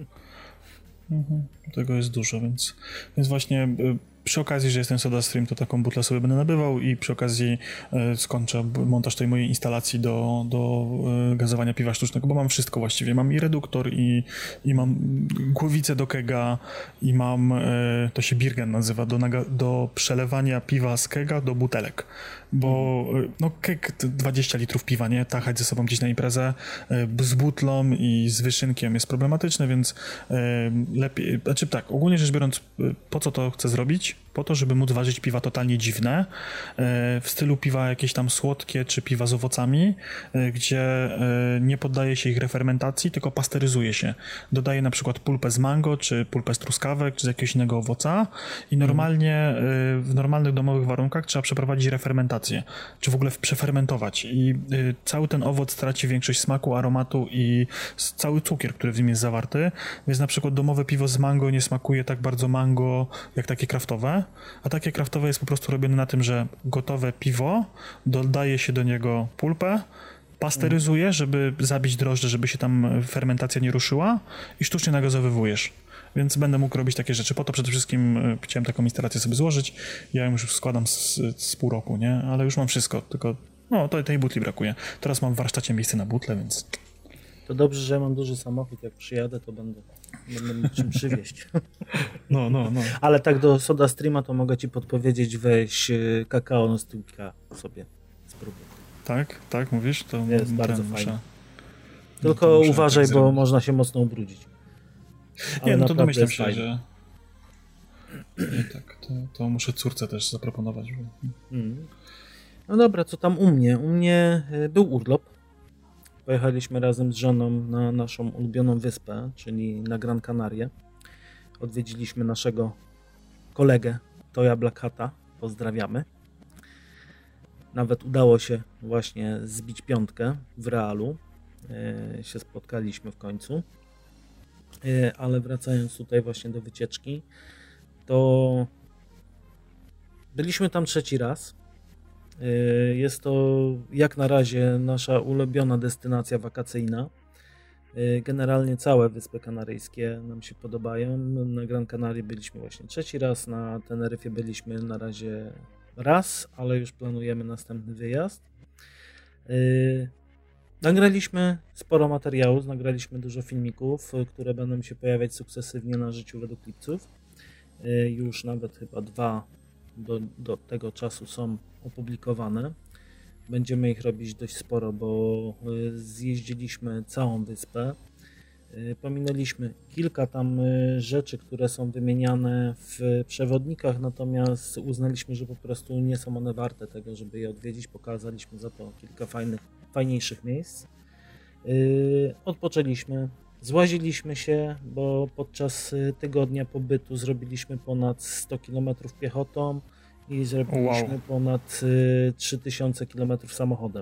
Mhm. Tego jest dużo, więc, więc właśnie y, przy okazji, że jestem SodaStream, to taką butlę sobie będę nabywał i przy okazji y, skończę montaż tej mojej instalacji do, do y, gazowania piwa sztucznego, bo mam wszystko właściwie. Mam i reduktor, i, i mam głowicę do kega, i mam, y, to się birgen nazywa, do, naga- do przelewania piwa z kega do butelek. Bo no keg dwadzieścia litrów piwa, nie? Tachać ze sobą gdzieś na imprezę z butlą i z wyszynkiem jest problematyczne, więc lepiej, znaczy tak, ogólnie rzecz biorąc, po co to chcę zrobić? Po to, żeby móc ważyć piwa totalnie dziwne, w stylu piwa jakieś tam słodkie, czy piwa z owocami, gdzie nie poddaje się ich refermentacji, tylko pasteryzuje się. Dodaje na przykład pulpę z mango, czy pulpę z truskawek, czy z jakiegoś innego owoca i normalnie w normalnych domowych warunkach trzeba przeprowadzić refermentację, czy w ogóle przefermentować i cały ten owoc traci większość smaku, aromatu i cały cukier, który w nim jest zawarty, więc na przykład domowe piwo z mango nie smakuje tak bardzo mango, jak takie kraftowe, a takie kraftowe jest po prostu robione na tym, że gotowe piwo, dodaje się do niego pulpę, pasteryzuje, żeby zabić drożdże, żeby się tam fermentacja nie ruszyła i sztucznie nagazowywujesz. Więc będę mógł robić takie rzeczy. Po to przede wszystkim chciałem taką instalację sobie złożyć. Ja ją już składam z, z pół roku, nie? Ale już mam wszystko, tylko no, to, tej butli brakuje. Teraz mam w warsztacie miejsce na butlę, więc... To dobrze, że ja mam duży samochód. Jak przyjadę, to będę, będę mógł czym przywieźć. No, no, no. Ale tak do SodaStreama to mogę ci podpowiedzieć, weź kakao no stylka sobie spróbuj. Tak? Tak mówisz? To jest bardzo muszę... fajne. Tylko to uważaj, tak bo zrobić. Można się mocno ubrudzić. Ale nie, no to domyślam się, że... Nie, tak, to, to muszę córce też zaproponować. Bo... Hmm. No dobra, co tam u mnie? U mnie był urlop. Pojechaliśmy razem z żoną na naszą ulubioną wyspę, czyli na Gran Canaria. Odwiedziliśmy naszego kolegę Toya Black Hata. Pozdrawiamy. Nawet udało się właśnie zbić piątkę w Realu. E, się spotkaliśmy w końcu. E, ale wracając tutaj właśnie do wycieczki, to byliśmy tam trzeci raz. E, jest to jak na razie nasza ulubiona destynacja wakacyjna. E, generalnie całe Wyspy Kanaryjskie nam się podobają. Na Gran Canaria byliśmy właśnie trzeci raz, na Teneryfie byliśmy na razie raz, ale już planujemy następny wyjazd. Yy, nagraliśmy sporo materiałów, nagraliśmy dużo filmików, które będą się pojawiać sukcesywnie na Życiu według Lipców. Yy, już nawet chyba dwa do, do tego czasu są opublikowane. Będziemy ich robić dość sporo, bo yy, zjeździliśmy całą wyspę. Pominęliśmy kilka tam y, rzeczy, które są wymieniane w przewodnikach, natomiast uznaliśmy, że po prostu nie są one warte tego, żeby je odwiedzić. Pokazaliśmy za to kilka fajnych, fajniejszych miejsc. Yy, odpoczęliśmy, złaziliśmy się, bo podczas tygodnia pobytu zrobiliśmy ponad sto kilometrów piechotą i zrobiliśmy Wow. ponad y, trzy tysiące kilometrów samochodem.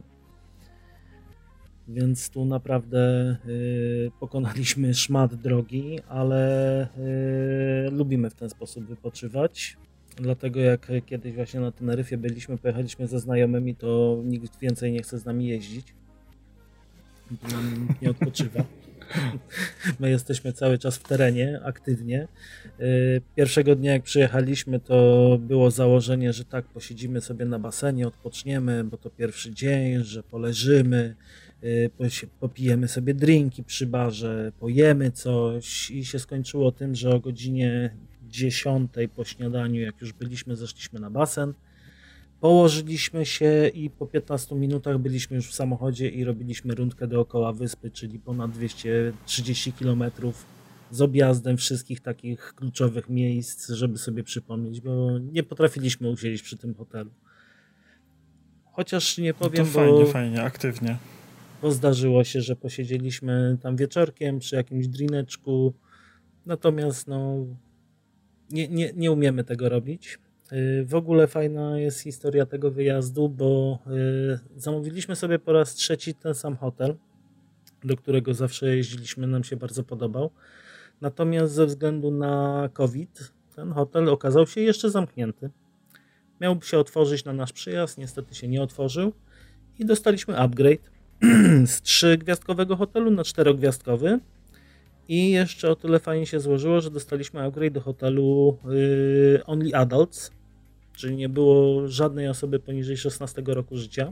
Więc tu naprawdę y, pokonaliśmy szmat drogi, ale y, lubimy w ten sposób wypoczywać. Dlatego jak kiedyś właśnie na Teneryfie byliśmy, pojechaliśmy ze znajomymi, to nikt więcej nie chce z nami jeździć. Tu nam nikt nie odpoczywa. My jesteśmy cały czas w terenie, aktywnie. Y, Pierwszego dnia jak przyjechaliśmy, to było założenie, że tak, posiedzimy sobie na basenie, odpoczniemy, bo to pierwszy dzień, że poleżymy, y, posi- popijemy sobie drinki przy barze, pojemy coś i się skończyło tym, że o godzinie dziesiątej po śniadaniu, jak już byliśmy, zeszliśmy na basen. Położyliśmy się i po piętnastu minutach byliśmy już w samochodzie i robiliśmy rundkę dookoła wyspy, czyli ponad dwieście trzydzieści kilometrów z objazdem wszystkich takich kluczowych miejsc, żeby sobie przypomnieć, bo nie potrafiliśmy usiedzieć przy tym hotelu. Chociaż nie To powiem, fajnie, bo, fajnie, aktywnie. bo zdarzyło się, że posiedzieliśmy tam wieczorkiem przy jakimś drineczku, natomiast no, nie, nie, nie umiemy tego robić. Y, W ogóle fajna jest historia tego wyjazdu, bo y, zamówiliśmy sobie po raz trzeci ten sam hotel, do którego zawsze jeździliśmy, nam się bardzo podobał. Natomiast ze względu na COVID ten hotel okazał się jeszcze zamknięty. Miał się otworzyć na nasz przyjazd, niestety się nie otworzył i dostaliśmy upgrade z trzygwiazdkowego hotelu na czterogwiazdkowy. I jeszcze o tyle fajnie się złożyło, że dostaliśmy upgrade do hotelu yy, Only Adults, czyli nie było żadnej osoby poniżej szesnastego roku życia.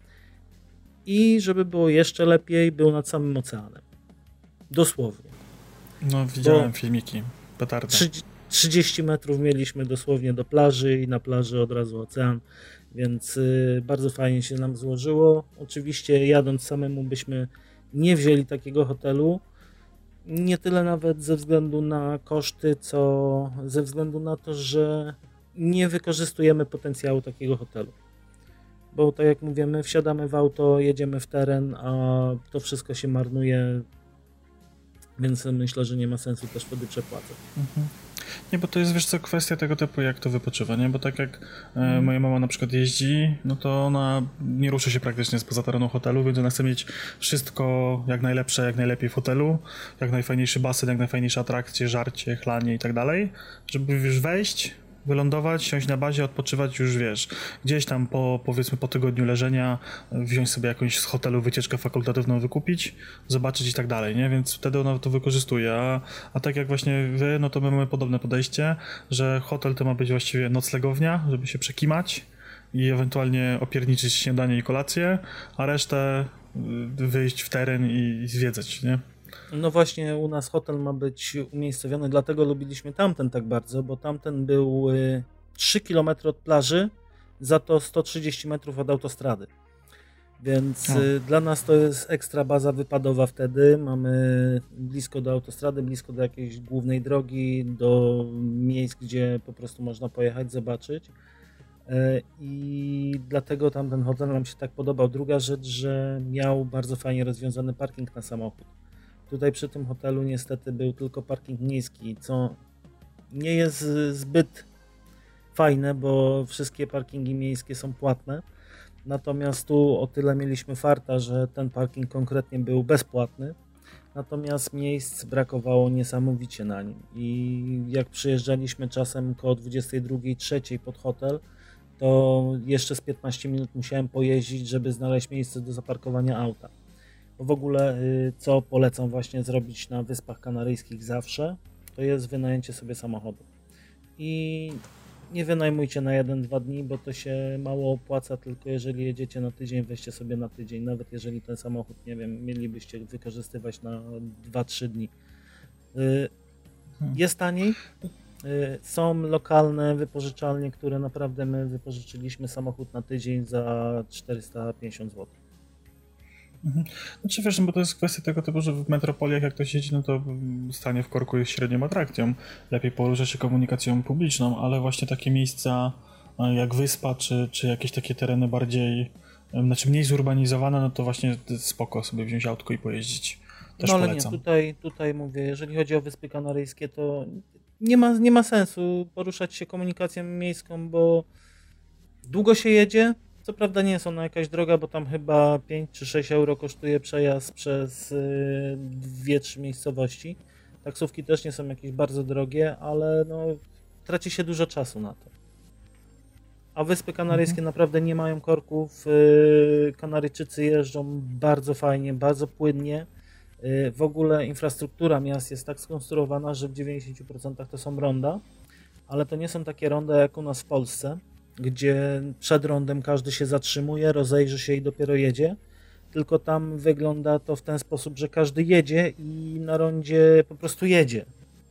I żeby było jeszcze lepiej, był nad samym oceanem. Dosłownie. No, widziałem Bo filmiki. Petarda. trzydzieści trzydzieści metrów mieliśmy dosłownie do plaży i na plaży od razu ocean, więc yy, bardzo fajnie się nam złożyło. Oczywiście jadąc samemu byśmy nie wzięli takiego hotelu. Nie tyle nawet ze względu na koszty, co ze względu na to, że nie wykorzystujemy potencjału takiego hotelu. Bo tak jak mówimy, wsiadamy w auto, jedziemy w teren, a to wszystko się marnuje, więc myślę, że nie ma sensu też wtedy przepłacać. Mhm. Nie, bo to jest, wiesz co, kwestia tego typu, jak to wypoczywa, nie? Bo tak jak e, moja mama na przykład jeździ, no to ona nie ruszy się praktycznie spoza terenu hotelu, więc ona chce mieć wszystko jak najlepsze, jak najlepiej w hotelu, jak najfajniejszy basen, jak najfajniejsze atrakcje, żarcie, chlanie i tak dalej, żeby już wejść, wylądować, siąść na bazie, odpoczywać już, wiesz, gdzieś tam po, powiedzmy, po tygodniu leżenia, wziąć sobie jakąś z hotelu wycieczkę fakultatywną wykupić, zobaczyć i tak dalej, nie? Więc wtedy ona to wykorzystuje, a, a tak jak właśnie wy, no to my mamy podobne podejście, że hotel to ma być właściwie noclegownia, żeby się przekimać i ewentualnie opierniczyć śniadanie i kolację, a resztę y, wyjść w teren i, i zwiedzać, nie? No właśnie u nas hotel ma być umiejscowiony, dlatego lubiliśmy tamten tak bardzo, bo tamten był y, trzy kilometry od plaży, za to sto trzydzieści metrów od autostrady. Więc No. y, dla nas to jest ekstra baza wypadowa wtedy. Mamy blisko do autostrady, blisko do jakiejś głównej drogi, do miejsc, gdzie po prostu można pojechać, zobaczyć. Y, I dlatego tamten hotel nam się tak podobał. Druga rzecz, że miał bardzo fajnie rozwiązany parking na samochód. Tutaj przy tym hotelu niestety był tylko parking miejski, co nie jest zbyt fajne, bo wszystkie parkingi miejskie są płatne. Natomiast tu o tyle mieliśmy farta, że ten parking konkretnie był bezpłatny. Natomiast miejsc brakowało niesamowicie na nim. I jak przyjeżdżaliśmy czasem koło dwudziestej drugiej, trzeciej pod hotel, to jeszcze z piętnaście minut musiałem pojeździć, żeby znaleźć miejsce do zaparkowania auta. W ogóle co polecam właśnie zrobić na Wyspach Kanaryjskich zawsze, to jest wynajęcie sobie samochodu. I nie wynajmujcie na jeden dwa dni, bo to się mało opłaca, tylko jeżeli jedziecie na tydzień, weźcie sobie na tydzień, nawet jeżeli ten samochód, nie wiem, mielibyście wykorzystywać na dwa trzy dni. Jest taniej. Są lokalne wypożyczalnie, które naprawdę my wypożyczyliśmy samochód na tydzień za czterysta pięćdziesiąt złotych. Mhm. Znaczy wiesz, no bo to jest kwestia tego typu, że w metropoliach jak ktoś jeździ, no to stanie w korku jest średnią atrakcją. Lepiej porusza się komunikacją publiczną, ale właśnie takie miejsca jak Wyspa, czy, czy jakieś takie tereny bardziej, znaczy mniej zurbanizowane, no to właśnie spoko sobie wziąć autko i pojeździć. Też no ale polecam. nie, tutaj, tutaj mówię, jeżeli chodzi o Wyspy Kanaryjskie, to nie ma, nie ma sensu poruszać się komunikacją miejską, bo długo się jedzie. Co prawda nie jest ona jakaś droga, bo tam chyba pięć czy sześć euro kosztuje przejazd przez yy, dwie trzy miejscowości. Taksówki też nie są jakieś bardzo drogie, ale no, traci się dużo czasu na to. A Wyspy Kanaryjskie mhm. naprawdę nie mają korków. Yy, Kanaryjczycy jeżdżą bardzo fajnie, bardzo płynnie. Yy, w ogóle infrastruktura miast jest tak skonstruowana, że w dziewięćdziesiąt procent to są ronda, ale to nie są takie ronda jak u nas w Polsce, gdzie przed rondem każdy się zatrzymuje, rozejrzy się i dopiero jedzie, tylko tam wygląda to w ten sposób, że każdy jedzie i na rondzie po prostu jedzie.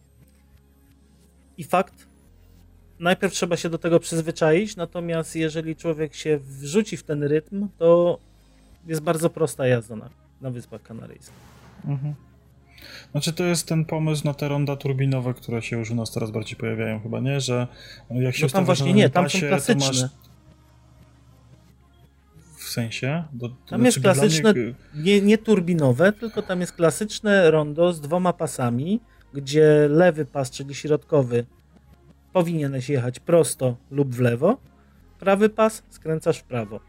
I fakt, najpierw trzeba się do tego przyzwyczaić, natomiast jeżeli człowiek się wrzuci w ten rytm, to jest bardzo prosta jazda na, na Wyspach Kanaryjskich. Mhm. Znaczy to jest ten pomysł na te ronda turbinowe, które się już u nas coraz bardziej pojawiają chyba, nie? Że jak się no tam właśnie nie, tam pasie, są klasyczne. Masz... W sensie? Do, tam znaczy jest klasyczne, mnie... nie, nie turbinowe, tylko tam jest klasyczne rondo z dwoma pasami, gdzie lewy pas, czyli środkowy, powinieneś jechać prosto lub w lewo, prawy pas skręcasz w prawo.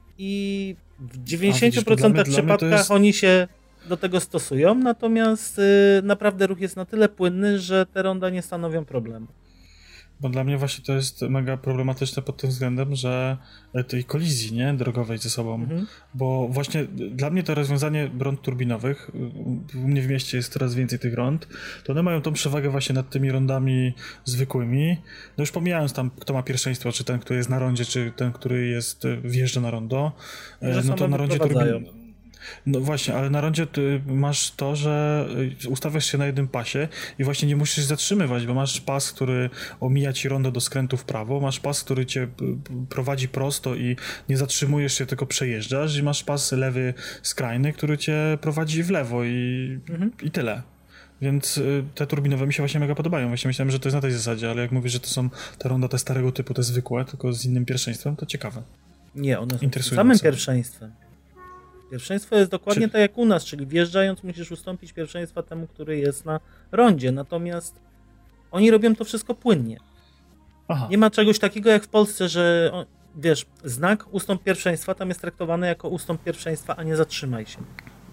I w dziewięćdziesięciu procentach przypadkach jest... oni się do tego stosują, natomiast yy, naprawdę ruch jest na tyle płynny, że te ronda nie stanowią problemu. Bo dla mnie właśnie to jest mega problematyczne pod tym względem, że tej kolizji, nie, drogowej ze sobą, mhm. bo właśnie dla mnie to rozwiązanie rond turbinowych, u mnie w mieście jest coraz więcej tych rond, to one mają tą przewagę właśnie nad tymi rondami zwykłymi, no już pomijając tam, kto ma pierwszeństwo, czy ten, który jest na rondzie, czy ten, który jest, wjeżdża na rondo, że no to na rondzie turbinowych. No właśnie, ale na rondzie ty masz to, że ustawiasz się na jednym pasie i właśnie nie musisz zatrzymywać, bo masz pas, który omija ci rondo do skrętu w prawo, masz pas, który cię prowadzi prosto i nie zatrzymujesz się, tylko przejeżdżasz i masz pas lewy skrajny, który cię prowadzi w lewo i, mhm. i tyle. Więc te turbinowe mi się właśnie mega podobają. Właśnie myślałem, że to jest na tej zasadzie, ale jak mówisz, że to są te ronda te starego typu, te zwykłe, tylko z innym pierwszeństwem, to ciekawe. Nie, one są z samym pierwszeństwem. Pierwszeństwo jest dokładnie Czy... tak jak u nas, czyli wjeżdżając musisz ustąpić pierwszeństwa temu, który jest na rondzie, natomiast oni robią to wszystko płynnie. Aha. Nie ma czegoś takiego jak w Polsce, że wiesz, znak ustąp pierwszeństwa tam jest traktowany jako ustąp pierwszeństwa, a nie zatrzymaj się.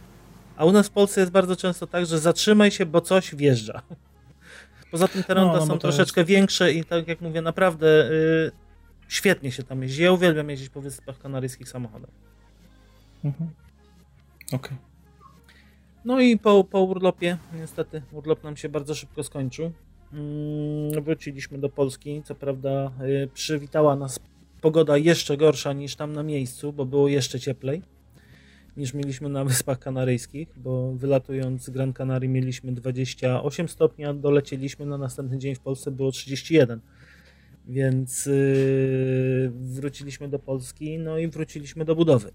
A u nas w Polsce jest bardzo często tak, że zatrzymaj się, bo coś wjeżdża. Poza tym te ronda no, no, są troszeczkę jest... większe i tak jak mówię, naprawdę yy, świetnie się tam jeździ. Ja uwielbiam jeździć po Wyspach Kanaryjskich samochodem. Mhm. Okej. Okay. No i po, po urlopie, niestety urlop nam się bardzo szybko skończył. Hmm, wróciliśmy do Polski, co prawda yy, przywitała nas pogoda jeszcze gorsza niż tam na miejscu, bo było jeszcze cieplej niż mieliśmy na Wyspach Kanaryjskich, bo wylatując z Gran Canaria mieliśmy dwadzieścia osiem stopni, a dolecieliśmy na następny dzień w Polsce było trzydzieści jeden. Więc yy, wróciliśmy do Polski, no i wróciliśmy do budowy.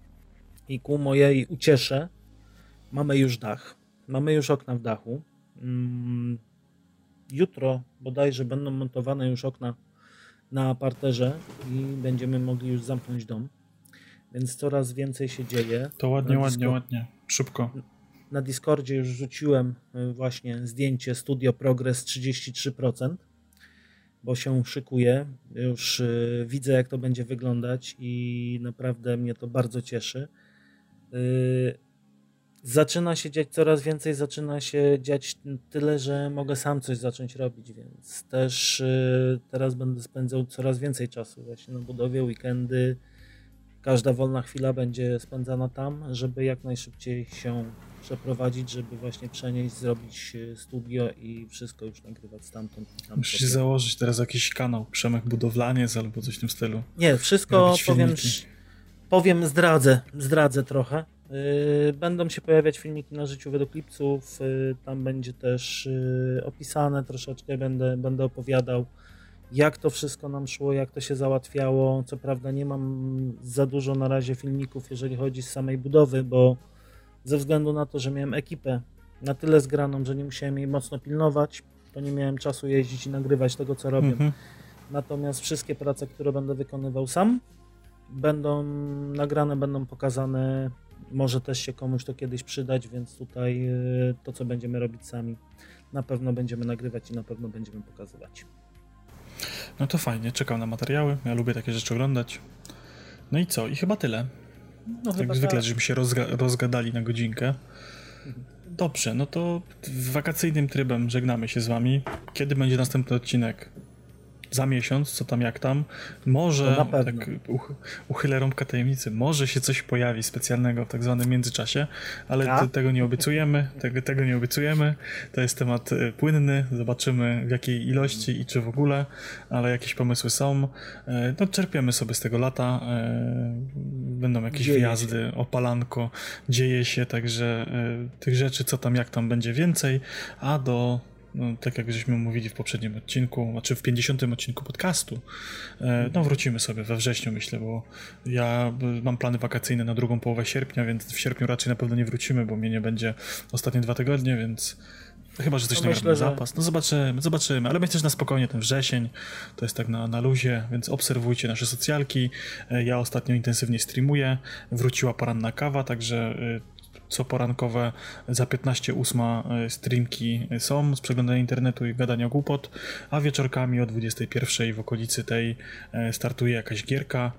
I ku mojej uciesze mamy już dach, mamy już okna w dachu. Jutro bodajże będą montowane już okna na parterze i będziemy mogli już zamknąć dom. Więc coraz więcej się dzieje. To ładnie, na ładnie, ładnie, szybko. Na Discordzie już rzuciłem właśnie zdjęcie Studio Progress trzydzieści trzy procent, bo się szykuje. Już widzę, jak to będzie wyglądać i naprawdę mnie to bardzo cieszy. Zaczyna się dziać coraz więcej, zaczyna się dziać tyle, że mogę sam coś zacząć robić, więc też teraz będę spędzał coraz więcej czasu właśnie na budowie, weekendy. Każda wolna chwila będzie spędzana tam, żeby jak najszybciej się przeprowadzić, żeby właśnie przenieść, zrobić studio i wszystko już nagrywać stamtąd. Tam Musisz sobie założyć teraz jakiś kanał, Przemek Budowlaniec albo coś w tym stylu. Nie, wszystko powiem, powiem, zdradzę, zdradzę trochę. Yy, będą się pojawiać filmiki na życiu według Lipców, yy, tam będzie też yy, opisane troszeczkę, będę, będę opowiadał jak to wszystko nam szło, jak to się załatwiało. Co prawda nie mam za dużo na razie filmików, jeżeli chodzi z samej budowy, bo ze względu na to, że miałem ekipę na tyle zgraną, że nie musiałem jej mocno pilnować, to nie miałem czasu jeździć i nagrywać tego, co robię. Mhm. Natomiast wszystkie prace, które będę wykonywał sam, będą nagrane, będą pokazane. Może też się komuś to kiedyś przydać, więc tutaj to, co będziemy robić sami, na pewno będziemy nagrywać i na pewno będziemy pokazywać. No to fajnie, czekam na materiały, ja lubię takie rzeczy oglądać. No i co? I chyba tyle. No tak zwykle, tak. Żebyśmy się rozga- rozgadali na godzinkę. Dobrze, no to wakacyjnym trybem żegnamy się z wami. Kiedy będzie następny odcinek? Za miesiąc, co tam, jak tam. Może, tak uch- uchylę rąbka tajemnicy, może się coś pojawi specjalnego w tak zwanym międzyczasie, ale te, tego nie obiecujemy, tego, tego nie obiecujemy. To jest temat y, płynny, zobaczymy w jakiej ilości i czy w ogóle, ale jakieś pomysły są. Y, no czerpiemy sobie z tego lata, y, będą jakieś dzieje wyjazdy, się. Opalanko, dzieje się, także y, tych rzeczy, co tam, jak tam będzie więcej, a do No, tak jak żeśmy mówili w poprzednim odcinku, znaczy w pięćdziesiątym odcinku podcastu, no wrócimy sobie we wrześniu, myślę, bo ja mam plany wakacyjne na drugą połowę sierpnia, więc w sierpniu raczej na pewno nie wrócimy, bo mnie nie będzie ostatnie dwa tygodnie, więc chyba, że coś no nagramy na zapas. No zobaczymy, zobaczymy, ale myślę, że na spokojnie ten wrzesień, to jest tak na, na luzie, więc obserwujcie nasze socjalki. Ja ostatnio intensywnie streamuję, wróciła poranna kawa, także co porankowe za piętnaście ósma streamki są z przeglądania internetu i gadania głupot, a wieczorkami o dwudziestej pierwszej w okolicy tej startuje jakaś gierka.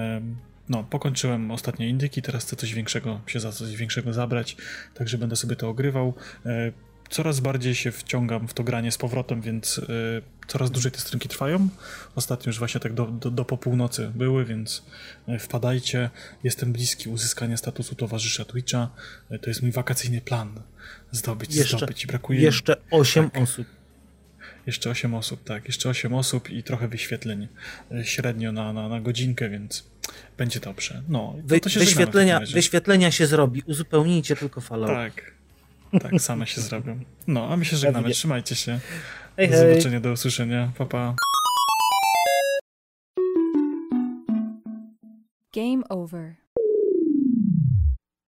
No, pokończyłem ostatnie indyki, teraz chcę coś większego, się za coś większego zabrać, także będę sobie to ogrywał. Coraz bardziej się wciągam w to granie z powrotem, więc y, coraz dłużej te streamki trwają. Ostatnio już właśnie tak do, do, do po północy były, więc y, wpadajcie. Jestem bliski uzyskania statusu towarzysza Twitcha. Y, to jest mój wakacyjny plan. Zdobyć, jeszcze, zdobyć. Brakuje... Jeszcze osiem tak. osób. Jeszcze osiem osób, tak. Jeszcze osiem osób i trochę wyświetleń y, średnio na, na, na godzinkę, więc będzie dobrze. No, to, Wy, to się wyświetlenia, wyświetlenia się zrobi. Uzupełnijcie tylko Fallout. Tak. Tak, same się zrobią. No, a my się żegnamy. Trzymajcie się. Hej, do hej. zobaczenia, do usłyszenia. Pa, pa. Game over.